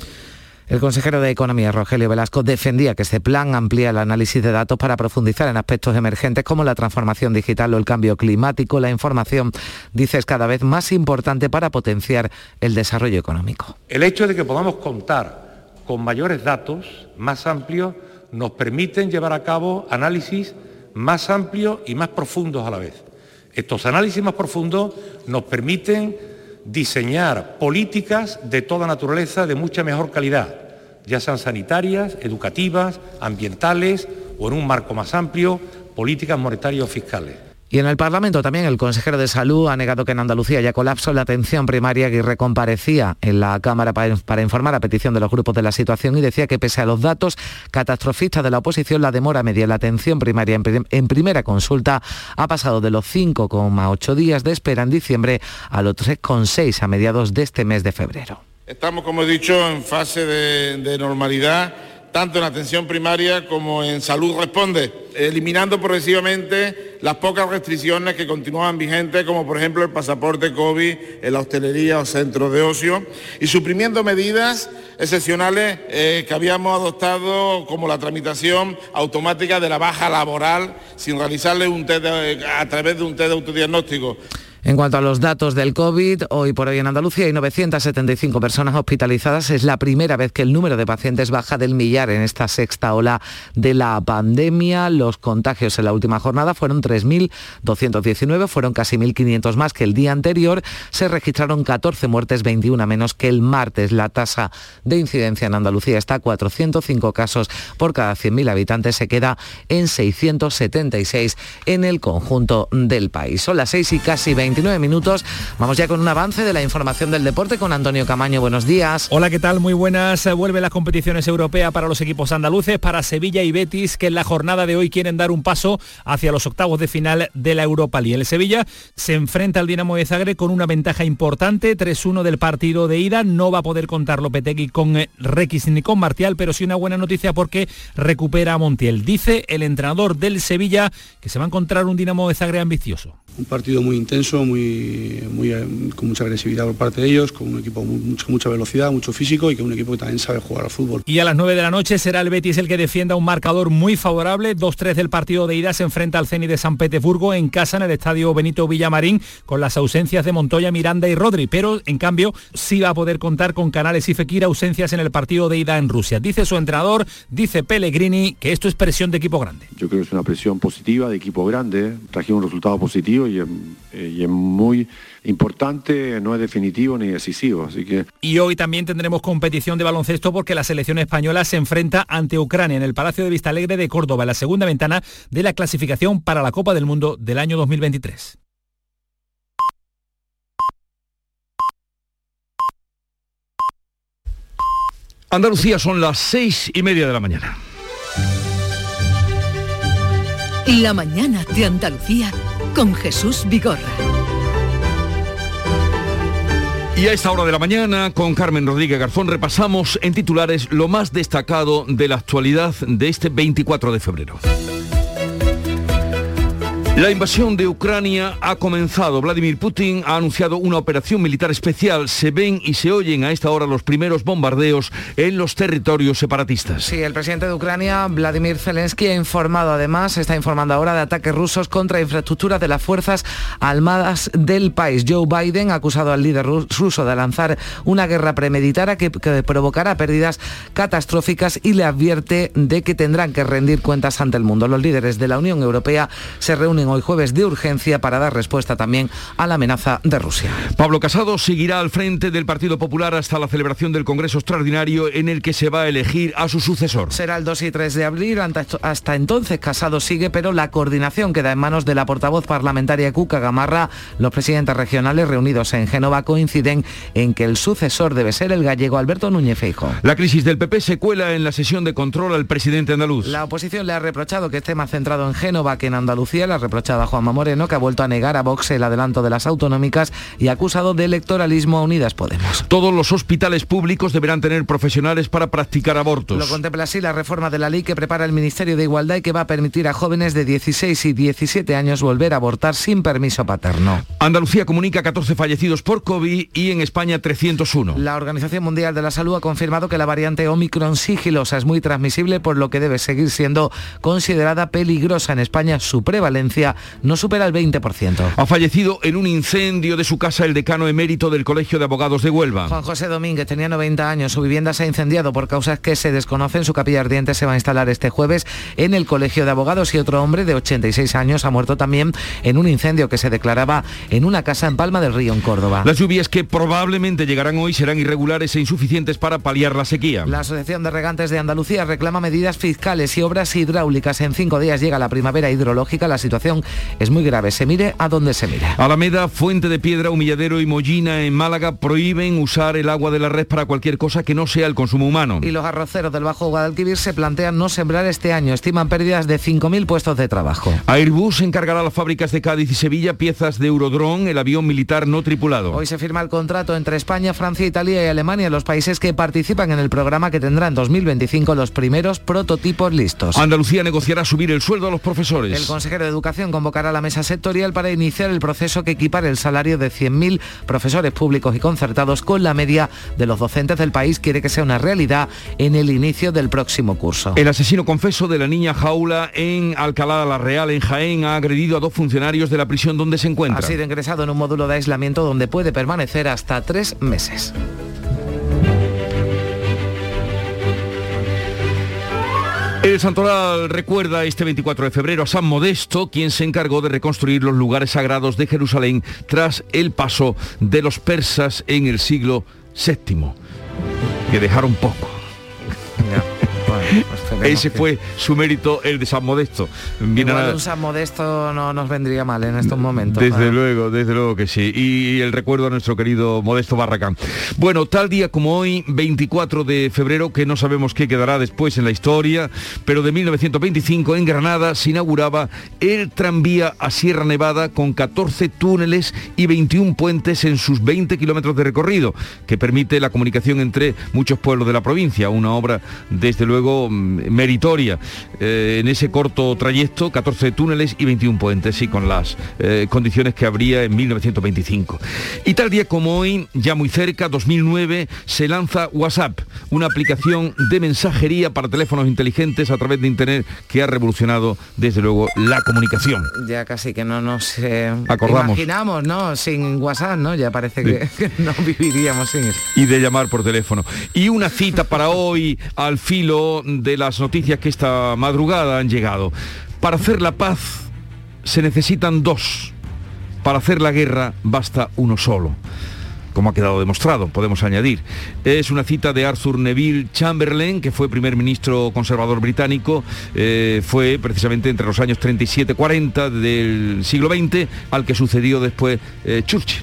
El consejero de Economía, Rogelio Velasco, defendía que este plan amplía el análisis de datos para profundizar en aspectos emergentes como la transformación digital o el cambio climático. La información, dice, es cada vez más importante para potenciar el desarrollo económico. El hecho de que podamos contar con mayores datos, más amplios, nos permiten llevar a cabo análisis más amplios y más profundos a la vez. Estos análisis más profundos nos permiten diseñar políticas de toda naturaleza de mucha mejor calidad, ya sean sanitarias, educativas, ambientales o en un marco más amplio, políticas monetarias o fiscales. Y en el Parlamento también el consejero de Salud ha negado que en Andalucía haya colapso en la atención primaria. Aguirre comparecía en la Cámara para, para informar a petición de los grupos de la situación y decía que pese a los datos catastrofistas de la oposición, la demora media en la atención primaria en, prim en primera consulta ha pasado de los cinco coma ocho días de espera en diciembre a los tres coma seis a mediados de este mes de febrero. Estamos, como he dicho, en fase de, de normalidad, tanto en atención primaria como en salud responde, eliminando progresivamente las pocas restricciones que continuaban vigentes, como por ejemplo el pasaporte COVID en la hostelería o centros de ocio, y suprimiendo medidas excepcionales eh, que habíamos adoptado, como la tramitación automática de la baja laboral sin realizarle un test de, a través de un test de autodiagnóstico. En cuanto a los datos del COVID, hoy por hoy en Andalucía hay novecientas setenta y cinco personas hospitalizadas. Es la primera vez que el número de pacientes baja del millar en esta sexta ola de la pandemia. Los contagios en la última jornada fueron tres mil doscientos diecinueve, fueron casi mil quinientos más que el día anterior. Se registraron catorce muertes, veintiuna menos que el martes. La tasa de incidencia en Andalucía está a cuatrocientos cinco casos por cada cien mil habitantes. Se queda en seiscientos setenta y seis en el conjunto del país. Son las seis y casi veinte veintinueve minutos. Vamos ya con un avance de la información del deporte con Antonio Camaño. Buenos días. Hola, ¿qué tal? Muy buenas. Vuelven las competiciones europeas para los equipos andaluces, para Sevilla y Betis, que en la jornada de hoy quieren dar un paso hacia los octavos de final de la Europa League. El Sevilla se enfrenta al Dinamo de Zagreb con una ventaja importante, tres uno del partido de ida. No va a poder contar Lopetegui con Requis ni con Martial, pero sí una buena noticia porque recupera a Montiel. Dice el entrenador del Sevilla que se va a encontrar un Dinamo de Zagreb ambicioso. Un partido muy intenso, muy, muy, con mucha agresividad por parte de ellos, con un equipo con mucha, mucha velocidad, mucho físico y con un equipo que también sabe jugar al fútbol. Y a las nueve de la noche será el Betis el que defienda un marcador muy favorable. dos tres del partido de ida, se enfrenta al Zenit de San Petersburgo en casa en el estadio Benito Villamarín, con las ausencias de Montoya, Miranda y Rodri, pero en cambio sí va a poder contar con Canales y Fekir, ausencias en el partido de ida en Rusia. Dice su entrenador, dice Pellegrini, que esto es presión de equipo grande. Yo creo que es una presión positiva de equipo grande, trajeron un resultado positivo y es, y es muy importante, no es definitivo ni decisivo, así que... Y hoy también tendremos competición de baloncesto porque la selección española se enfrenta ante Ucrania en el Palacio de Vistalegre de Córdoba, en la segunda ventana de la clasificación para la Copa del Mundo del año dos mil veintitrés. Andalucía, son las seis y media de la mañana. La mañana de Andalucía con Jesús Vigorra. Y a esta hora de la mañana, con Carmen Rodríguez Garzón, repasamos en titulares lo más destacado de la actualidad de este veinticuatro de febrero. La invasión de Ucrania ha comenzado. Vladimir Putin ha anunciado una operación militar especial. Se ven y se oyen a esta hora los primeros bombardeos en los territorios separatistas. Sí, el presidente de Ucrania, Vladimir Zelensky, ha informado además, está informando ahora de ataques rusos contra infraestructuras de las Fuerzas Armadas del país. Joe Biden ha acusado al líder ruso de lanzar una guerra premeditada que, que provocará pérdidas catastróficas y le advierte de que tendrán que rendir cuentas ante el mundo. Los líderes de la Unión Europea se reúnen hoy jueves de urgencia para dar respuesta también a la amenaza de Rusia. Pablo Casado seguirá al frente del Partido Popular hasta la celebración del Congreso Extraordinario en el que se va a elegir a su sucesor. Será el dos y tres de abril, hasta entonces Casado sigue, pero la coordinación queda en manos de la portavoz parlamentaria Cuca Gamarra. Los presidentes regionales reunidos en Génova coinciden en que el sucesor debe ser el gallego Alberto Núñez Feijóo. La crisis del P P se cuela en la sesión de control al presidente andaluz. La oposición le ha reprochado que esté más centrado en Génova que en Andalucía. Le ha reprochado a Juanma Moreno, que ha vuelto a negar a Vox el adelanto de las autonómicas y ha acusado de electoralismo a Unidas Podemos. Todos los hospitales públicos deberán tener profesionales para practicar abortos. Lo contempla así la reforma de la ley que prepara el Ministerio de Igualdad y que va a permitir a jóvenes de dieciséis y diecisiete años volver a abortar sin permiso paterno. Andalucía comunica catorce fallecidos por COVID y en España trescientos uno. La Organización Mundial de la Salud ha confirmado que la variante Omicron sigilosa es muy transmisible, por lo que debe seguir siendo considerada peligrosa. En España su prevalencia no supera el veinte por ciento. Ha fallecido en un incendio de su casa el decano emérito del Colegio de Abogados de Huelva. Juan José Domínguez tenía noventa años. Su vivienda se ha incendiado por causas que se desconocen. Su capilla ardiente se va a instalar este jueves en el Colegio de Abogados y otro hombre de ochenta y seis años ha muerto también en un incendio que se declaraba en una casa en Palma del Río, en Córdoba. Las lluvias que probablemente llegarán hoy serán irregulares e insuficientes para paliar la sequía. La Asociación de Regantes de Andalucía reclama medidas fiscales y obras hidráulicas. En cinco días llega la primavera hidrológica. La situación es muy grave, se mire a donde se mire. Alameda, Fuente de Piedra, Humilladero y Mollina en Málaga prohíben usar el agua de la red para cualquier cosa que no sea el consumo humano. Y los arroceros del Bajo Guadalquivir se plantean no sembrar este año. Estiman pérdidas de cinco mil puestos de trabajo. Airbus encargará a las fábricas de Cádiz y Sevilla piezas de Eurodrone, el avión militar no tripulado. Hoy se firma el contrato entre España, Francia, Italia y Alemania, los países que participan en el programa, que tendrá en dos mil veinticinco los primeros prototipos listos. Andalucía negociará subir el sueldo a los profesores. El consejero de Educación convocará la mesa sectorial para iniciar el proceso que equipare el salario de cien mil profesores públicos y concertados con la media de los docentes del país. Quiere que sea una realidad en el inicio del próximo curso. El asesino confeso de la niña Jaula en Alcalá de la Real, en Jaén, ha agredido a dos funcionarios de la prisión donde se encuentra. Ha sido ingresado en un módulo de aislamiento donde puede permanecer hasta tres meses. El Santoral recuerda este veinticuatro de febrero a San Modesto, quien se encargó de reconstruir los lugares sagrados de Jerusalén tras el paso de los persas en el siglo séptimo, que dejaron poco. Ese fue su mérito, el de San Modesto. Viene Igual a... un San Modesto no nos vendría mal en estos momentos. Desde para... luego, desde luego que sí. Y el recuerdo a nuestro querido Modesto Barracán. Bueno, tal día como hoy, veinticuatro de febrero, que no sabemos qué quedará después en la historia, pero de mil novecientos veinticinco en Granada se inauguraba el tranvía a Sierra Nevada con catorce túneles y veintiún puentes en sus veinte kilómetros de recorrido, que permite la comunicación entre muchos pueblos de la provincia. Una obra, desde luego, meritoria. Eh, en ese corto trayecto, catorce túneles y veintiún puentes, y con las eh, condiciones que habría en mil novecientos veinticinco. Y tal día como hoy, ya muy cerca, dos mil nueve, se lanza WhatsApp, una aplicación de mensajería para teléfonos inteligentes a través de Internet que ha revolucionado, desde luego, la comunicación. Ya casi que no nos eh, Acordamos. imaginamos, ¿no? Sin WhatsApp, ¿no? Ya parece que, que no viviríamos sin eso. Y de llamar por teléfono. Y una cita para hoy, al filo de las noticias que esta madrugada han llegado. Para hacer la paz se necesitan dos. Para hacer la guerra basta uno solo. Como ha quedado demostrado, podemos añadir. Es una cita de Arthur Neville Chamberlain, que fue primer ministro conservador británico, eh, fue precisamente entre los años treinta y siete y cuarenta del siglo veinte, al que sucedió después eh, Churchill.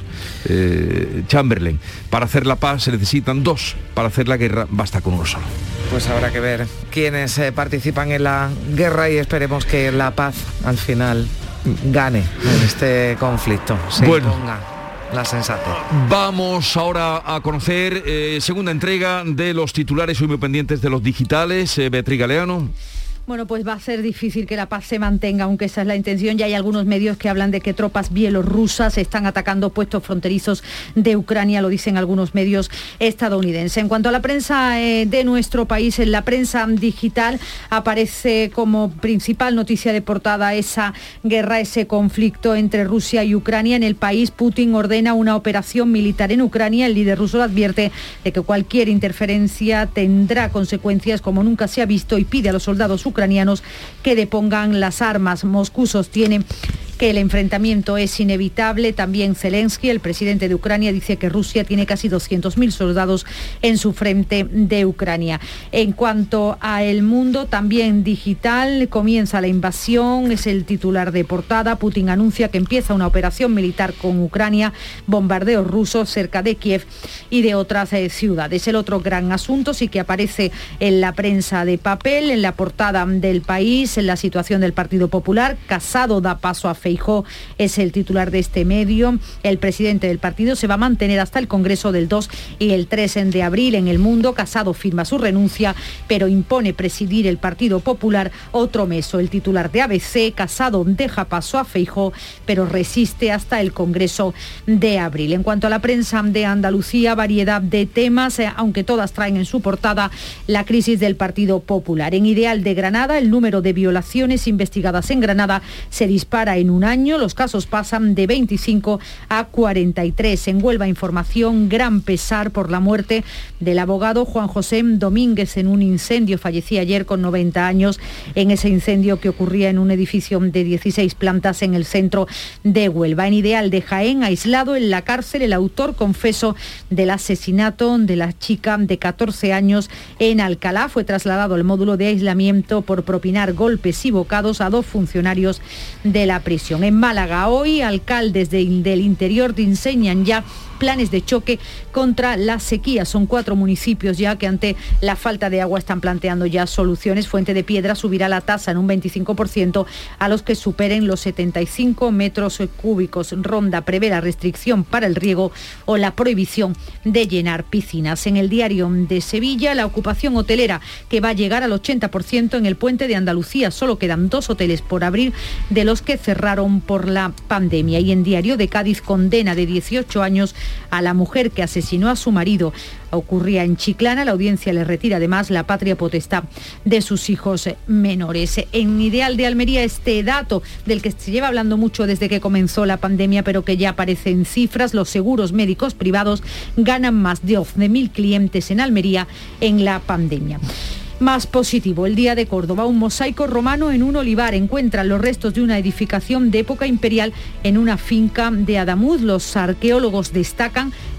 Eh, Chamberlain. Para hacer la paz se necesitan dos, para hacer la guerra basta con uno solo. Pues habrá que ver quiénes eh, participan en la guerra y esperemos que la paz al final gane en este conflicto. Se bueno. imponga la sensatez. Vamos ahora a conocer eh, segunda entrega de los titulares hoy muy pendientes de los digitales. Eh, Beatriz Galeano. Bueno, pues va a ser difícil que la paz se mantenga, aunque esa es la intención. Ya hay algunos medios que hablan de que tropas bielorrusas están atacando puestos fronterizos de Ucrania, lo dicen algunos medios estadounidenses. En cuanto a la prensa eh, de nuestro país, en la prensa digital aparece como principal noticia de portada esa guerra, ese conflicto entre Rusia y Ucrania. En el país, Putin ordena una operación militar en Ucrania. El líder ruso advierte de que cualquier interferencia tendrá consecuencias como nunca se ha visto y pide a los soldados ucranianos ucranianos que depongan las armas. Moscú sostiene que el enfrentamiento es inevitable. También Zelensky, el presidente de Ucrania, dice que Rusia tiene casi doscientos mil soldados en su frente de Ucrania. En cuanto a El Mundo, también digital, comienza la invasión, es el titular de portada. Putin anuncia que empieza una operación militar con Ucrania, bombardeos rusos cerca de Kiev y de otras eh, ciudades. El otro gran asunto sí que aparece en la prensa de papel, en la portada del País, en la situación del Partido Popular. Casado da paso a Feijóo, es el titular de este medio. El presidente del partido se va a mantener hasta el Congreso del dos y el tres de abril. En El Mundo, Casado firma su renuncia, pero impone presidir el Partido Popular otro mes. O el titular de A B C, Casado deja paso a Feijóo, pero resiste hasta el Congreso de abril. En cuanto a la prensa de Andalucía, variedad de temas, eh, aunque todas traen en su portada la crisis del Partido Popular. En Ideal de Granada, el número de violaciones investigadas en Granada se dispara en un año. Los casos pasan de veinticinco a cuarenta y tres. En Huelva Información, gran pesar por la muerte del abogado Juan José Domínguez en un incendio. Fallecía ayer con noventa años en ese incendio que ocurría en un edificio de dieciséis plantas en el centro de Huelva. En Ideal de Jaén, aislado en la cárcel el autor confeso del asesinato de la chica de catorce años en Alcalá. Fue trasladado al módulo de aislamiento por propinar golpes y bocados a dos funcionarios de la prisión. En Málaga hoy, alcaldes de, del interior diseñan ya planes de choque contra la sequía. Son cuatro municipios ya que ante la falta de agua están planteando ya soluciones. Fuente de Piedra subirá la tasa en un veinticinco por ciento a los que superen los setenta y cinco metros cúbicos. Ronda prevé la restricción para el riego o la prohibición de llenar piscinas. En el Diario de Sevilla, la ocupación hotelera que va a llegar al ochenta por ciento en el puente de Andalucía. Solo quedan dos hoteles por abrir de los que cerraron por la pandemia. Y en Diario de Cádiz, condena de dieciocho años a la mujer que asesinó a su marido. Ocurría en Chiclana. La audiencia le retira además la patria potestad de sus hijos menores. En Ideal de Almería, este dato del que se lleva hablando mucho desde que comenzó la pandemia, pero que ya aparece en cifras: los seguros médicos privados ganan más de once mil clientes en Almería en la pandemia. Más positivo, el Día de Córdoba, un mosaico romano en un olivar. Encuentran los restos de una edificación de época imperial en una finca de Adamuz. Los arqueólogos destacan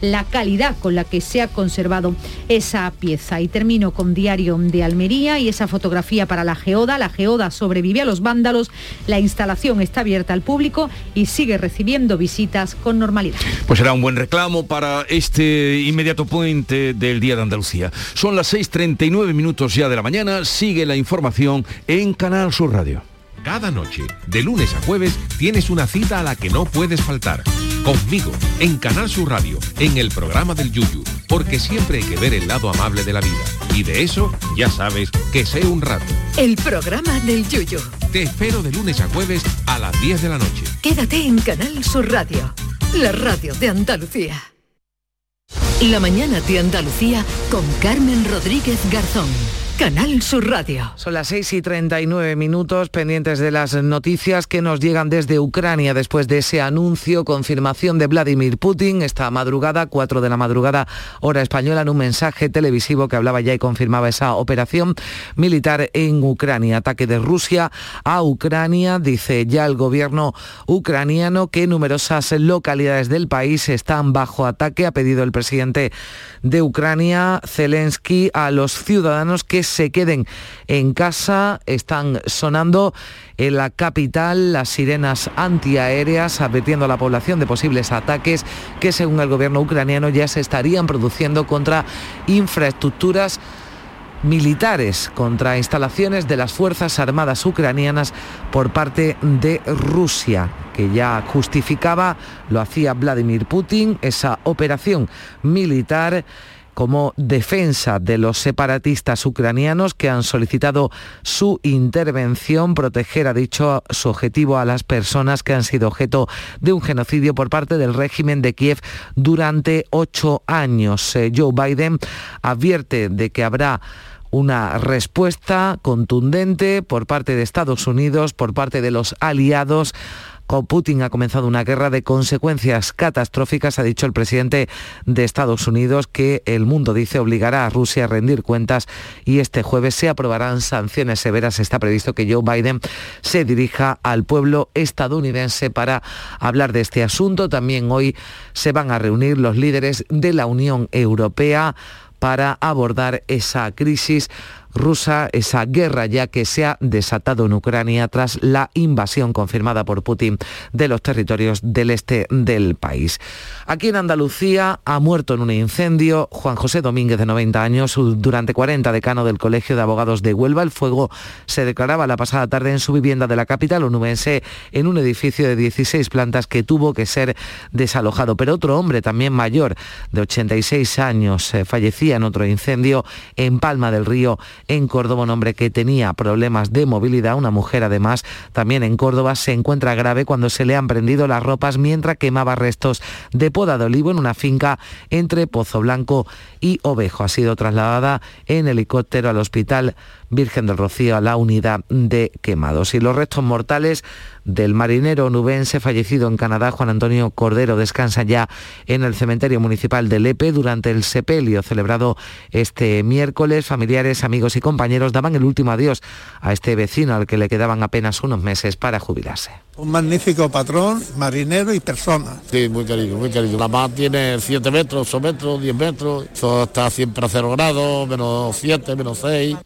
la calidad con la que se ha conservado esa pieza. Y termino con Diario de Almería y esa fotografía para la geoda. La geoda sobrevive a los vándalos, la instalación está abierta al público y sigue recibiendo visitas con normalidad. Pues será un buen reclamo para este inmediato puente del Día de Andalucía. Son las seis treinta y nueve minutos ya de la mañana, sigue la información en Canal Sur Radio. Cada noche, de lunes a jueves, tienes una cita a la que no puedes faltar. Conmigo, en Canal Sur Radio, en el programa del Yuyu, porque siempre hay que ver el lado amable de la vida. Y de eso, ya sabes, que sé un rato. El programa del Yuyu. Te espero de lunes a jueves a las diez de la noche. Quédate en Canal Sur Radio, la radio de Andalucía. La mañana de Andalucía con Carmen Rodríguez Garzón. Canal Sur Radio. Son las seis y treinta y nueve minutos, pendientes de las noticias que nos llegan desde Ucrania después de ese anuncio, confirmación de Vladimir Putin esta madrugada, cuatro de la madrugada, hora española, en un mensaje televisivo que hablaba ya y confirmaba esa operación militar en Ucrania. Ataque de Rusia a Ucrania, dice ya el gobierno ucraniano que numerosas localidades del país están bajo ataque. Ha pedido el presidente de Ucrania, Zelensky, a los ciudadanos que se queden en casa. Están sonando en la capital las sirenas antiaéreas, advirtiendo a la población de posibles ataques que, según el gobierno ucraniano, ya se estarían produciendo contra infraestructuras militares, contra instalaciones de las Fuerzas Armadas ucranianas por parte de Rusia, que ya justificaba, lo hacía Vladimir Putin, esa operación militar como defensa de los separatistas ucranianos que han solicitado su intervención, proteger, ha dicho, su objetivo a las personas que han sido objeto de un genocidio por parte del régimen de Kiev durante ocho años. Eh, Joe Biden advierte de que habrá una respuesta contundente por parte de Estados Unidos, por parte de los aliados. Con Putin ha comenzado una guerra de consecuencias catastróficas, ha dicho el presidente de Estados Unidos, que el mundo, dice, obligará a Rusia a rendir cuentas y este jueves se aprobarán sanciones severas. Está previsto que Joe Biden se dirija al pueblo estadounidense para hablar de este asunto. También hoy se van a reunir los líderes de la Unión Europea para abordar esa crisis rusa, esa guerra ya que se ha desatado en Ucrania tras la invasión confirmada por Putin de los territorios del este del país. Aquí en Andalucía ha muerto en un incendio Juan José Domínguez, de noventa años, durante cuarenta, decano del Colegio de Abogados de Huelva. El fuego se declaraba la pasada tarde en su vivienda de la capital onubense, en un edificio de dieciséis plantas que tuvo que ser desalojado. Pero otro hombre, también mayor, de ochenta y seis años, eh, fallecía en otro incendio en Palma del Río, en Córdoba. Un hombre que tenía problemas de movilidad, una mujer además, también en Córdoba, se encuentra grave cuando se le han prendido las ropas mientras quemaba restos de poda de olivo en una finca entre Pozo Blanco y Ovejo. Ha sido trasladada en helicóptero al Hospital Virgen del Rocío, a la unidad de quemados. Y los restos mortales del marinero onubense fallecido en Canadá, Juan Antonio Cordero, descansan ya en el cementerio municipal de Lepe. Durante el sepelio celebrado este miércoles, familiares, amigos y compañeros daban el último adiós a este vecino al que le quedaban apenas unos meses para jubilarse. Un magnífico patrón, marinero y persona. Sí, muy querido, muy querido. La mar tiene siete metros, ocho metros, diez metros. Eso está siempre a cero grados, menos siete, menos seis.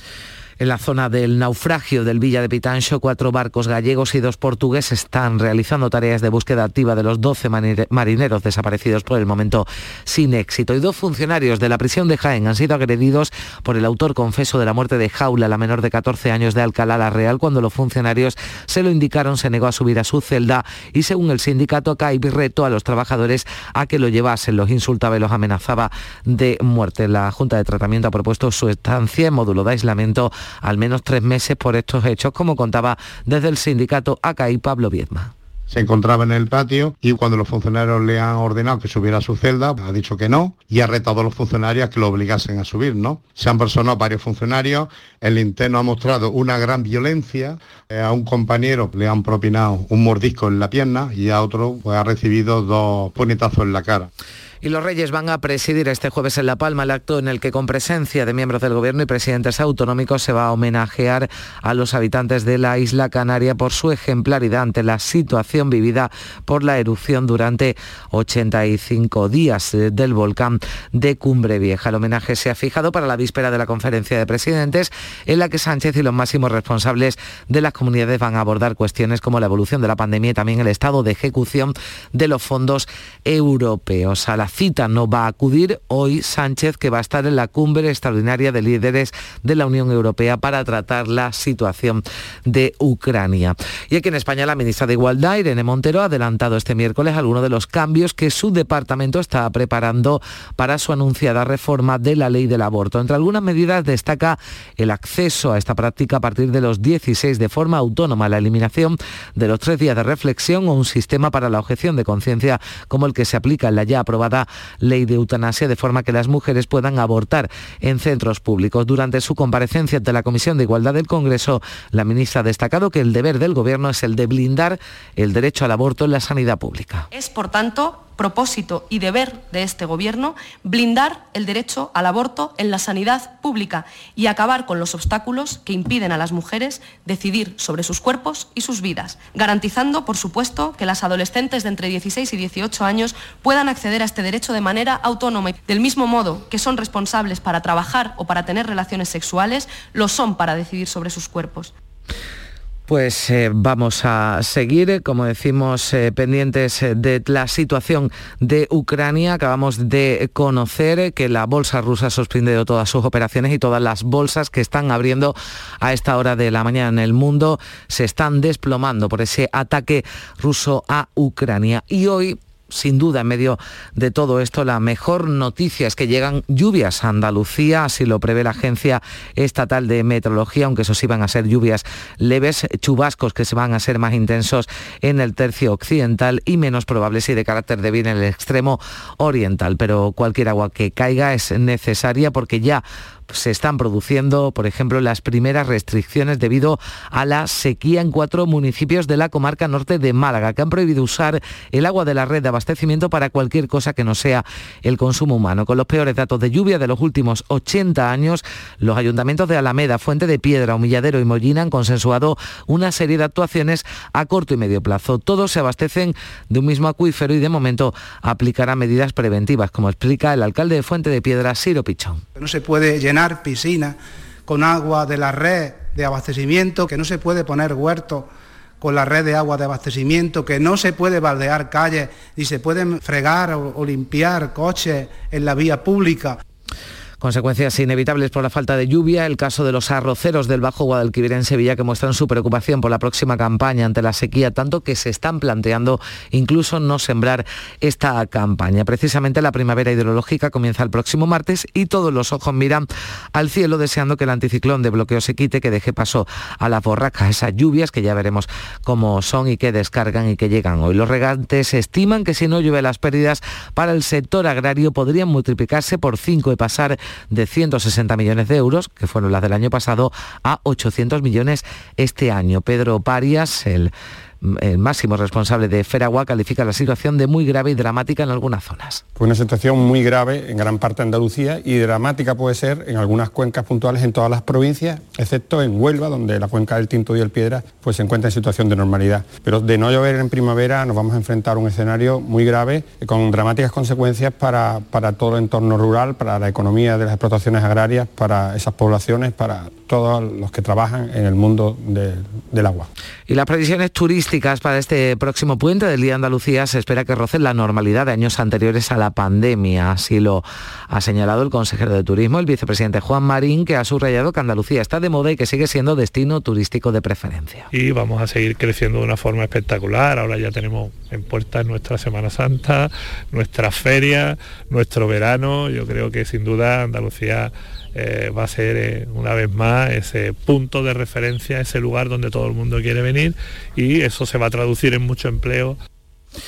En la zona del naufragio del Villa de Pitancho, cuatro barcos gallegos y dos portugueses están realizando tareas de búsqueda activa de los doce marineros desaparecidos, por el momento sin éxito. Y dos funcionarios de la prisión de Jaén han sido agredidos por el autor confeso de la muerte de Jaula, la menor de catorce años de Alcalá la Real. Cuando los funcionarios se lo indicaron, se negó a subir a su celda y, según el sindicato C A I P, retó a los trabajadores a que lo llevasen. Los insultaba y los amenazaba de muerte. La Junta de Tratamiento ha propuesto su estancia en módulo de aislamiento al menos tres meses por estos hechos, como contaba desde el sindicato A C A I Pablo Viedma. Se encontraba en el patio y cuando los funcionarios le han ordenado que subiera a su celda, ha dicho que no y ha retado a los funcionarios a que lo obligasen a subir, ¿no? Se han personado varios funcionarios, el interno ha mostrado una gran violencia, eh, a un compañero le han propinado un mordisco en la pierna y a otro pues, ha recibido dos puñetazos en la cara. Y los Reyes van a presidir este jueves en La Palma el acto en el que, con presencia de miembros del Gobierno y presidentes autonómicos, se va a homenajear a los habitantes de la isla canaria por su ejemplaridad ante la situación vivida por la erupción durante ochenta y cinco días del volcán de Cumbre Vieja. El homenaje se ha fijado para la víspera de la conferencia de presidentes, en la que Sánchez y los máximos responsables de las comunidades van a abordar cuestiones como la evolución de la pandemia y también el estado de ejecución de los fondos europeos. A la cita no va a acudir hoy Sánchez, que va a estar en la cumbre extraordinaria de líderes de la Unión Europea para tratar la situación de Ucrania. Y aquí en España, la ministra de Igualdad, Irene Montero, ha adelantado este miércoles algunos de los cambios que su departamento está preparando para su anunciada reforma de la ley del aborto. Entre algunas medidas destaca el acceso a esta práctica a partir de los dieciséis de forma autónoma, la eliminación de los tres días de reflexión o un sistema para la objeción de conciencia como el que se aplica en la ya aprobada ley de eutanasia, de forma que las mujeres puedan abortar en centros públicos. Durante su comparecencia ante la Comisión de Igualdad del Congreso, la ministra ha destacado que el deber del Gobierno es el de blindar el derecho al aborto en la sanidad pública. Es, por tanto, propósito y deber de este Gobierno blindar el derecho al aborto en la sanidad pública y acabar con los obstáculos que impiden a las mujeres decidir sobre sus cuerpos y sus vidas, garantizando, por supuesto, que las adolescentes de entre dieciséis y dieciocho años puedan acceder a este derecho de manera autónoma. Del mismo modo que son responsables para trabajar o para tener relaciones sexuales, lo son para decidir sobre sus cuerpos. Pues eh, vamos a seguir, como decimos, eh, pendientes de la situación de Ucrania. Acabamos de conocer que la bolsa rusa ha suspendido todas sus operaciones y todas las bolsas que están abriendo a esta hora de la mañana en el mundo se están desplomando por ese ataque ruso a Ucrania. Y hoy, sin duda, en medio de todo esto, la mejor noticia es que llegan lluvias a Andalucía, así lo prevé la Agencia Estatal de Meteorología, aunque eso sí van a ser lluvias leves, chubascos que se van a ser más intensos en el tercio occidental y menos probables y de carácter débil en el extremo oriental. Pero cualquier agua que caiga es necesaria porque ya se están produciendo, por ejemplo, las primeras restricciones debido a la sequía en cuatro municipios de la comarca norte de Málaga, que han prohibido usar el agua de la red de abastecimiento para cualquier cosa que no sea el consumo humano. Con los peores datos de lluvia de los últimos ochenta años, los ayuntamientos de Alameda, Fuente de Piedra, Humilladero y Mollina han consensuado una serie de actuaciones a corto y medio plazo. Todos se abastecen de un mismo acuífero y de momento aplicará medidas preventivas, como explica el alcalde de Fuente de Piedra, Ciro Pichón. No se puede llenar piscinas con agua de la red de abastecimiento, que no se puede poner huertos con la red de agua de abastecimiento, que no se puede baldear calles ni se pueden fregar o, o limpiar coches en la vía pública. Consecuencias inevitables por la falta de lluvia, el caso de los arroceros del Bajo Guadalquivir en Sevilla, que muestran su preocupación por la próxima campaña ante la sequía, tanto que se están planteando incluso no sembrar esta campaña. Precisamente la primavera hidrológica comienza el próximo martes y todos los ojos miran al cielo deseando que el anticiclón de bloqueo se quite, que deje paso a las borrascas, esas lluvias que ya veremos cómo son y que descargan y que llegan hoy. Los regantes estiman que si no llueve, las pérdidas para el sector agrario podrían multiplicarse por cinco y pasar de ciento sesenta millones de euros, que fueron las del año pasado, a ochocientos millones este año. Pedro Parias, el, el máximo responsable de Feragua, califica la situación de muy grave y dramática en algunas zonas. Pues una situación muy grave en gran parte de Andalucía y dramática puede ser en algunas cuencas puntuales en todas las provincias, excepto en Huelva, donde la cuenca del Tinto y el Piedra pues se encuentra en situación de normalidad. Pero de no llover en primavera nos vamos a enfrentar a un escenario muy grave con dramáticas consecuencias para, para todo el entorno rural, para la economía de las explotaciones agrarias, para esas poblaciones, para todos los que trabajan en el mundo de, del agua. Y las previsiones turísticas para este próximo puente del Día de Andalucía se espera que rocen la normalidad de años anteriores a la pandemia. Así lo ha señalado el consejero de Turismo, el vicepresidente Juan Marín, que ha subrayado que Andalucía está de moda y que sigue siendo destino turístico de preferencia. Y vamos a seguir creciendo de una forma espectacular. Ahora ya tenemos en puertas nuestra Semana Santa, nuestra feria, nuestro verano. Yo creo que sin duda Andalucía Eh, va a ser eh, una vez más ese punto de referencia, ese lugar donde todo el mundo quiere venir y eso se va a traducir en mucho empleo.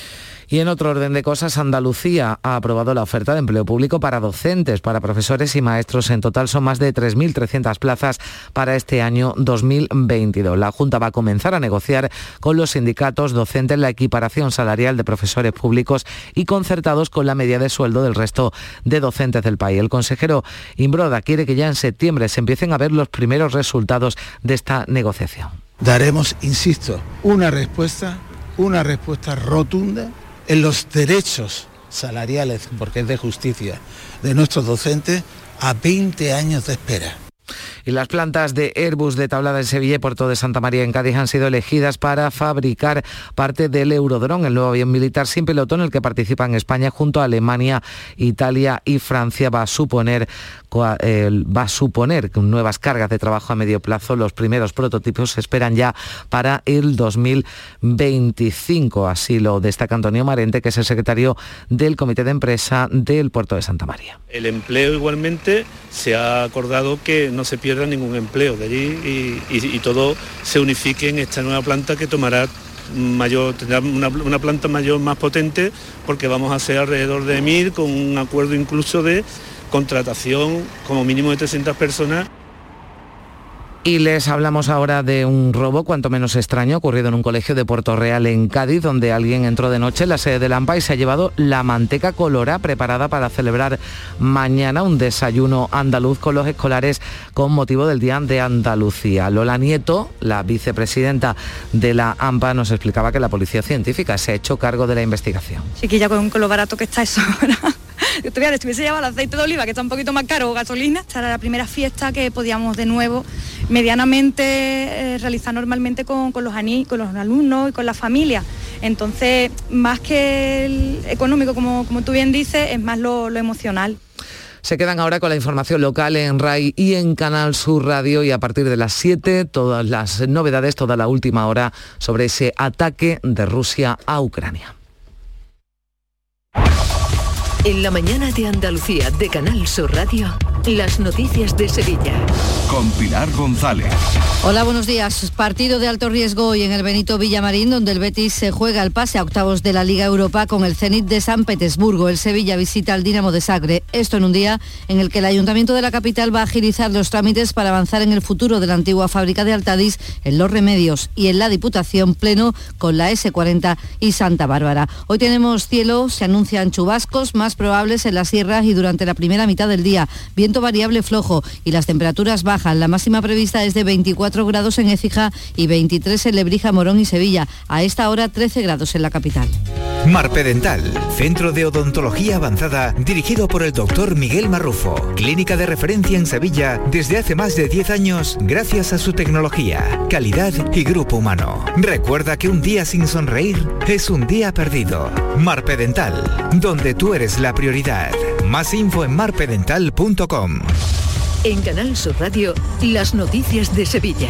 Y en otro orden de cosas, Andalucía ha aprobado la oferta de empleo público para docentes, para profesores y maestros. En total son más de tres mil trescientas plazas para este año dos mil veintidós. La Junta va a comenzar a negociar con los sindicatos docentes la equiparación salarial de profesores públicos y concertados con la media de sueldo del resto de docentes del país. El consejero Imbroda quiere que ya en septiembre se empiecen a ver los primeros resultados de esta negociación. Daremos, insisto, una respuesta, una respuesta rotunda en los derechos salariales, porque es de justicia, de nuestros docentes a veinte años de espera. Y las plantas de Airbus de Tablada en Sevilla y Puerto de Santa María en Cádiz han sido elegidas para fabricar parte del Eurodrone, el nuevo avión militar sin piloto en el que participa en España junto a Alemania, Italia y Francia. Va a suponer, va a suponer nuevas cargas de trabajo a medio plazo. Los primeros prototipos se esperan ya para el dos mil veinticinco. Así lo destaca Antonio Marente, que es el secretario del Comité de Empresa del Puerto de Santa María. El empleo igualmente se ha acordado que no se pierda ningún empleo de allí y, y, y todo se unifique en esta nueva planta que tomará mayor, tendrá una, una planta mayor más potente, porque vamos a hacer alrededor de mil, con un acuerdo incluso de contratación como mínimo de trescientas personas. Y les hablamos ahora de un robo cuanto menos extraño ocurrido en un colegio de Puerto Real en Cádiz, donde alguien entró de noche en la sede del AMPA y se ha llevado la manteca colora preparada para celebrar mañana un desayuno andaluz con los escolares con motivo del Día de Andalucía. Lola Nieto, la vicepresidenta de la AMPA, nos explicaba que la Policía Científica se ha hecho cargo de la investigación. Chiquilla, con, con lo barato que está eso ahora. Yo todavía les hubiese llevado el aceite de oliva, que está un poquito más caro, o gasolina. Esta era la primera fiesta que podíamos de nuevo medianamente eh, realizar normalmente con, con los aní, con los alumnos y con la familia. Entonces, más que el económico, como, como tú bien dices, es más lo, lo emocional. Se quedan ahora con la información local en RAI y en Canal Sur Radio, y a partir de las siete todas las novedades, toda la última hora sobre ese ataque de Rusia a Ucrania. En la mañana de Andalucía de Canal Sur Radio, las noticias de Sevilla. Con Pilar González. Hola, buenos días. Partido de alto riesgo hoy en el Benito Villamarín, donde el Betis se juega el pase a octavos de la Liga Europa con el Zenit de San Petersburgo. El Sevilla visita al Dinamo de Zagreb. Esto en un día en el que el Ayuntamiento de la capital va a agilizar los trámites para avanzar en el futuro de la antigua fábrica de Altadis en Los Remedios, y en la Diputación pleno con la ese cuarenta y Santa Bárbara. Hoy tenemos cielo, se anuncian chubascos más probables en las sierras y durante la primera mitad del día. Viento variable flojo y las temperaturas bajan. La máxima prevista es de veinticuatro grados en Écija y veintitrés en Lebrija, Morón y Sevilla. A esta hora trece grados en la capital. Marpedental, centro de odontología avanzada dirigido por el doctor Miguel Marrufo. Clínica de referencia en Sevilla desde hace más de diez años gracias a su tecnología, calidad y grupo humano. Recuerda que un día sin sonreír es un día perdido. Marpedental, donde tú eres la prioridad. Más info en marpedental punto com. En Canal Sur Radio, las noticias de Sevilla.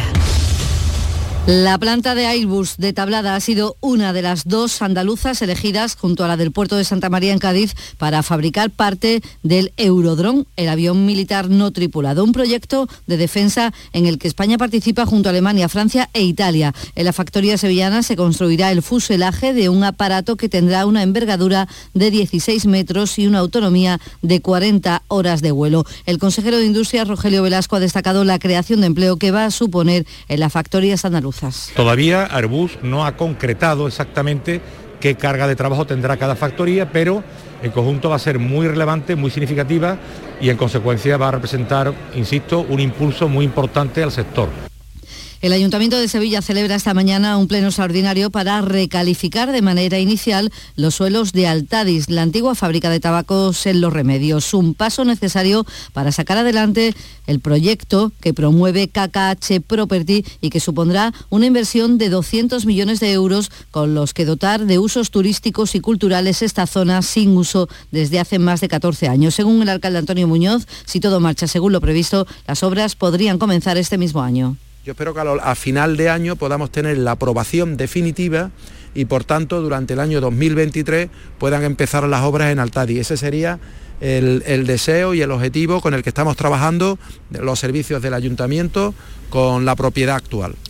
La planta de Airbus de Tablada ha sido una de las dos andaluzas elegidas junto a la del puerto de Santa María en Cádiz para fabricar parte del Eurodrone, el avión militar no tripulado, un proyecto de defensa en el que España participa junto a Alemania, Francia e Italia. En la factoría sevillana se construirá el fuselaje de un aparato que tendrá una envergadura de dieciséis metros y una autonomía de cuarenta horas de vuelo. El consejero de Industria, Rogelio Velasco, ha destacado la creación de empleo que va a suponer en las factorías andaluzas. Todavía Airbus no ha concretado exactamente qué carga de trabajo tendrá cada factoría, pero en conjunto va a ser muy relevante, muy significativa, y en consecuencia va a representar, insisto, un impulso muy importante al sector. El Ayuntamiento de Sevilla celebra esta mañana un pleno extraordinario para recalificar de manera inicial los suelos de Altadis, la antigua fábrica de tabacos en Los Remedios. Un paso necesario para sacar adelante el proyecto que promueve K K H Property y que supondrá una inversión de doscientos millones de euros con los que dotar de usos turísticos y culturales esta zona sin uso desde hace más de catorce años. Según el alcalde Antonio Muñoz, si todo marcha según lo previsto, las obras podrían comenzar este mismo año. Yo espero que a final de año podamos tener la aprobación definitiva y, por tanto, durante el año dos mil veintitrés puedan empezar las obras en Altadis. Ese sería el, el deseo y el objetivo con el que estamos trabajando los servicios del Ayuntamiento con la propiedad actual.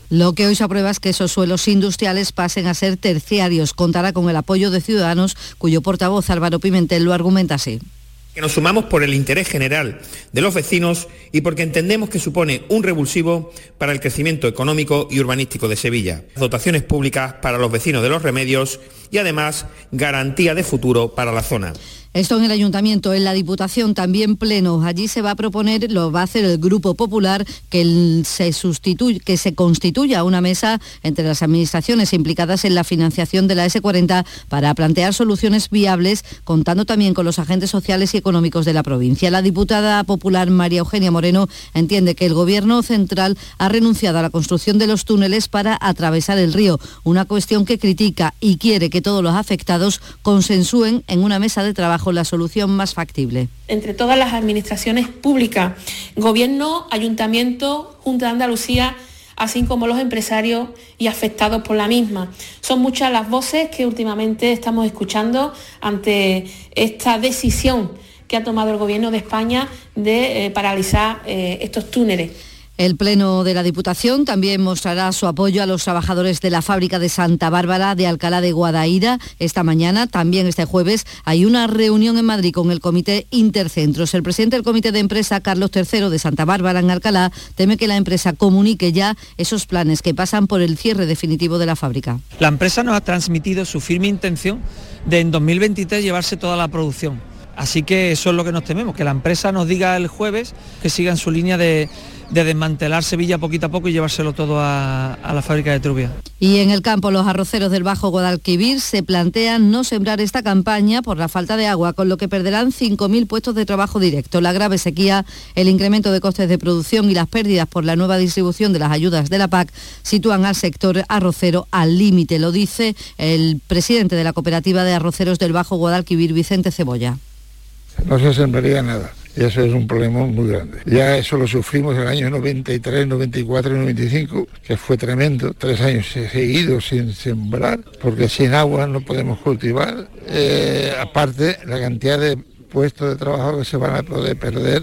Lo que hoy se aprueba es que esos suelos industriales pasen a ser terciarios. Contará con el apoyo de Ciudadanos, cuyo portavoz Álvaro Pimentel lo argumenta así. Que nos sumamos por el interés general de los vecinos y porque entendemos que supone un revulsivo para el crecimiento económico y urbanístico de Sevilla, dotaciones públicas para los vecinos de Los Remedios y además garantía de futuro para la zona. Esto en el Ayuntamiento, en la Diputación también pleno. Allí se va a proponer, lo va a hacer el Grupo Popular, que, el, se, sustituya, que se constituya una mesa entre las administraciones implicadas en la financiación de la ese cuarenta para plantear soluciones viables, contando también con los agentes sociales y económicos de la provincia. La diputada popular María Eugenia Moreno entiende que el Gobierno central ha renunciado a la construcción de los túneles para atravesar el río, una cuestión que critica y quiere que todos los afectados consensúen en una mesa de trabajo la solución más factible. Entre todas las administraciones públicas, Gobierno, Ayuntamiento, Junta de Andalucía, así como los empresarios y afectados por la misma. Son muchas las voces que últimamente estamos escuchando ante esta decisión que ha tomado el Gobierno de España de eh, paralizar eh, estos túneles. El Pleno de la Diputación también mostrará su apoyo a los trabajadores de la fábrica de Santa Bárbara de Alcalá de Guadaira. Esta mañana, también este jueves, hay una reunión en Madrid con el Comité Intercentros. El presidente del Comité de Empresa, Carlos tercero, de Santa Bárbara en Alcalá, teme que la empresa comunique ya esos planes que pasan por el cierre definitivo de la fábrica. La empresa nos ha transmitido su firme intención de en dos mil veintitrés llevarse toda la producción. Así que eso es lo que nos tememos, que la empresa nos diga el jueves que sigan su línea de, de desmantelar Sevilla poquito a poco y llevárselo todo a, a la fábrica de Trubia. Y en el campo, los arroceros del Bajo Guadalquivir se plantean no sembrar esta campaña por la falta de agua, con lo que perderán cinco mil puestos de trabajo directo. La grave sequía, el incremento de costes de producción y las pérdidas por la nueva distribución de las ayudas de la P A C sitúan al sector arrocero al límite. Lo dice el presidente de la Cooperativa de Arroceros del Bajo Guadalquivir, Vicente Cebolla. No se sembraría nada. Y eso es un problema muy grande. Ya eso lo sufrimos en el año noventa y tres, noventa y cuatro y noventa y cinco, que fue tremendo, tres años seguidos sin sembrar, porque sin agua no podemos cultivar. Eh, aparte, la cantidad de puestos de trabajo que se van a poder perder.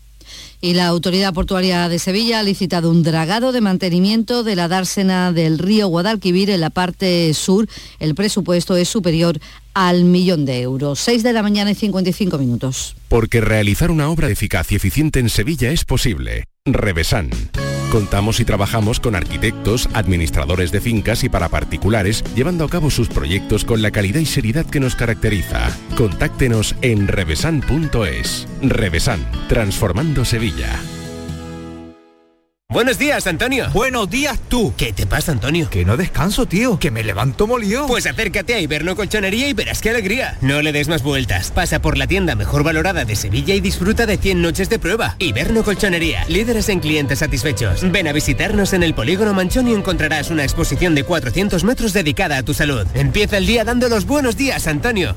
Y la Autoridad Portuaria de Sevilla ha licitado un dragado de mantenimiento de la dársena del río Guadalquivir en la parte sur. El presupuesto es superior al millón de euros. seis de la mañana y cincuenta y cinco minutos. Porque realizar una obra eficaz y eficiente en Sevilla es posible. Revesan. Contamos y trabajamos con arquitectos, administradores de fincas y para particulares, llevando a cabo sus proyectos con la calidad y seriedad que nos caracteriza. Contáctenos en revesan punto es. Revesan, transformando Sevilla. Buenos días, Antonio. Buenos días tú. ¿Qué te pasa, Antonio? Que no descanso, tío, que me levanto molido. Pues acércate a Iberno Colchonería y verás qué alegría. No le des más vueltas. Pasa por la tienda mejor valorada de Sevilla y disfruta de cien noches de prueba. Iberno Colchonería, líderes en clientes satisfechos. Ven a visitarnos en el Polígono Manchón y encontrarás una exposición de cuatrocientos metros dedicada a tu salud. Empieza el día dando los buenos días, Antonio.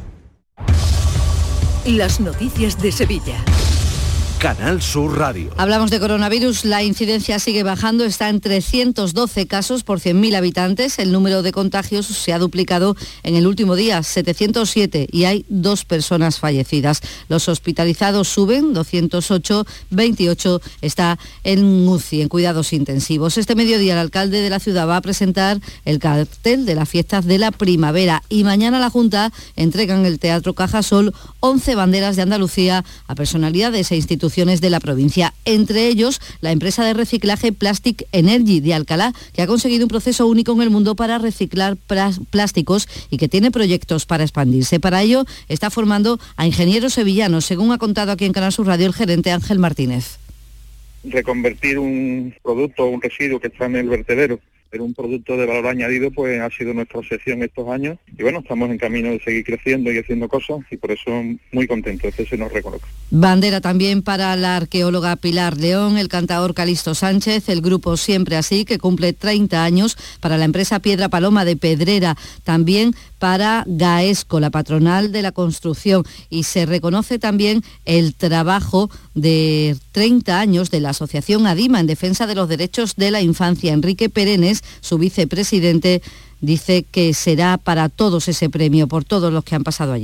Las noticias de Sevilla. Canal Sur Radio. Hablamos de coronavirus, la incidencia sigue bajando, está en trescientos doce casos por cien mil habitantes. El número de contagios se ha duplicado en el último día, setecientos siete, y hay dos personas fallecidas. Los hospitalizados suben, doscientos ocho, veintiocho está en U C I, en cuidados intensivos. Este mediodía el alcalde de la ciudad va a presentar el cartel de las fiestas de la primavera y mañana la Junta entrega en el Teatro Cajasol once banderas de Andalucía a personalidades e instituciones de la provincia, entre ellos la empresa de reciclaje Plastic Energy de Alcalá, que ha conseguido un proceso único en el mundo para reciclar plásticos y que tiene proyectos para expandirse. Para ello está formando a ingenieros sevillanos, según ha contado aquí en Canal Sur Radio el gerente Ángel Martínez. Reconvertir un producto o un residuo que está en el vertedero pero un producto de valor añadido, pues ha sido nuestra obsesión estos años y bueno, estamos en camino de seguir creciendo y haciendo cosas y por eso muy contentos, que se nos reconozca. Bandera también para la arqueóloga Pilar León, el cantador Calixto Sánchez, el grupo Siempre Así, que cumple treinta años, para la empresa Piedra Paloma de Pedrera, también para Gaesco, la patronal de la construcción, y se reconoce también el trabajo de treinta años de la asociación ADIMA en defensa de los derechos de la infancia. Enrique Perenes, su vicepresidente, dice que será para todos ese premio, por todos los que han pasado allí.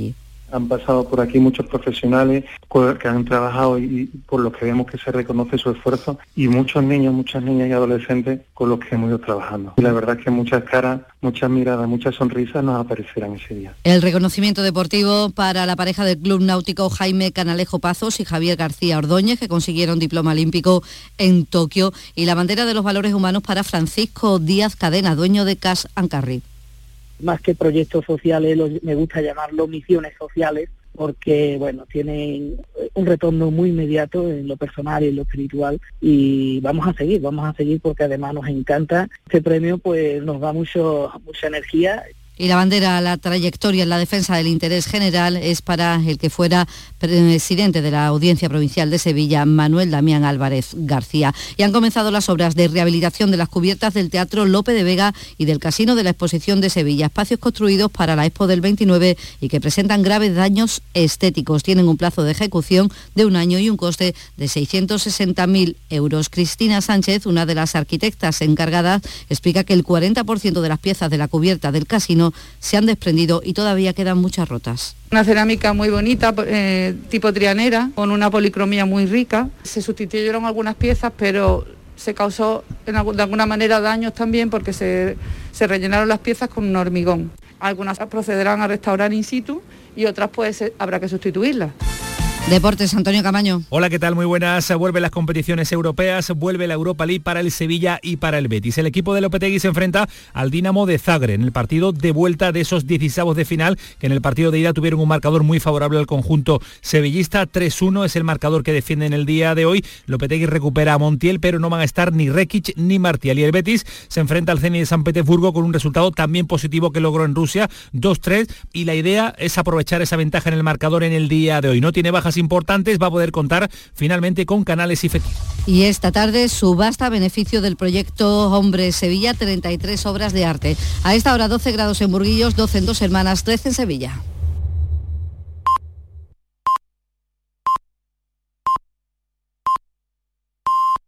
Han pasado por aquí muchos profesionales que han trabajado y por los que vemos que se reconoce su esfuerzo, y muchos niños, muchas niñas y adolescentes con los que hemos ido trabajando. Y la verdad es que muchas caras, muchas miradas, muchas sonrisas nos aparecerán ese día. El reconocimiento deportivo para la pareja del Club Náutico Jaime Canalejo Pazos y Javier García Ordóñez, que consiguieron diploma olímpico en Tokio, y la bandera de los valores humanos para Francisco Díaz Cadena, dueño de Cash and Carry. Más que proyectos sociales, me gusta llamarlo misiones sociales, porque bueno, tienen un retorno muy inmediato en lo personal y en lo espiritual, y vamos a seguir, vamos a seguir porque además nos encanta. Este premio pues nos da mucho, mucha energía. Y la bandera, la trayectoria en la defensa del interés general es para el que fuera presidente de la Audiencia Provincial de Sevilla, Manuel Damián Álvarez García. Y han comenzado las obras de rehabilitación de las cubiertas del Teatro Lope de Vega y del Casino de la Exposición de Sevilla, espacios construidos para la Expo del veintinueve y que presentan graves daños estéticos. Tienen un plazo de ejecución de un año y un coste de seiscientos sesenta mil euros. Cristina Sánchez, una de las arquitectas encargadas, explica que el cuarenta por ciento de las piezas de la cubierta del casino se han desprendido y todavía quedan muchas rotas. Una cerámica muy bonita, eh, tipo trianera, con una policromía muy rica. Se sustituyeron algunas piezas, pero se causó en, de alguna manera daños también porque se, se rellenaron las piezas con un hormigón. Algunas procederán a restaurar in situ y otras pues habrá que sustituirlas. Deportes, Antonio Camaño. Hola, ¿qué tal? Muy buenas. Vuelven las competiciones europeas, vuelve la Europa League para el Sevilla y para el Betis. El equipo de Lopetegui se enfrenta al Dinamo de Zagreb en el partido de vuelta de esos dieciseisavos de final, que en el partido de ida tuvieron un marcador muy favorable al conjunto sevillista. tres uno es el marcador que defiende en el día de hoy. Lopetegui recupera a Montiel, pero no van a estar ni Rekic ni Martial. Y el Betis se enfrenta al Zenit de San Petersburgo con un resultado también positivo que logró en Rusia, dos tres, y la idea es aprovechar esa ventaja en el marcador en el día de hoy. No tiene bajas importantes, va a poder contar finalmente con Canales y Fekir. Y esta tarde subasta a beneficio del proyecto Hombre Sevilla, treinta y tres obras de arte. A esta hora doce grados en Burguillos, doce en Dos Hermanas, trece en Sevilla.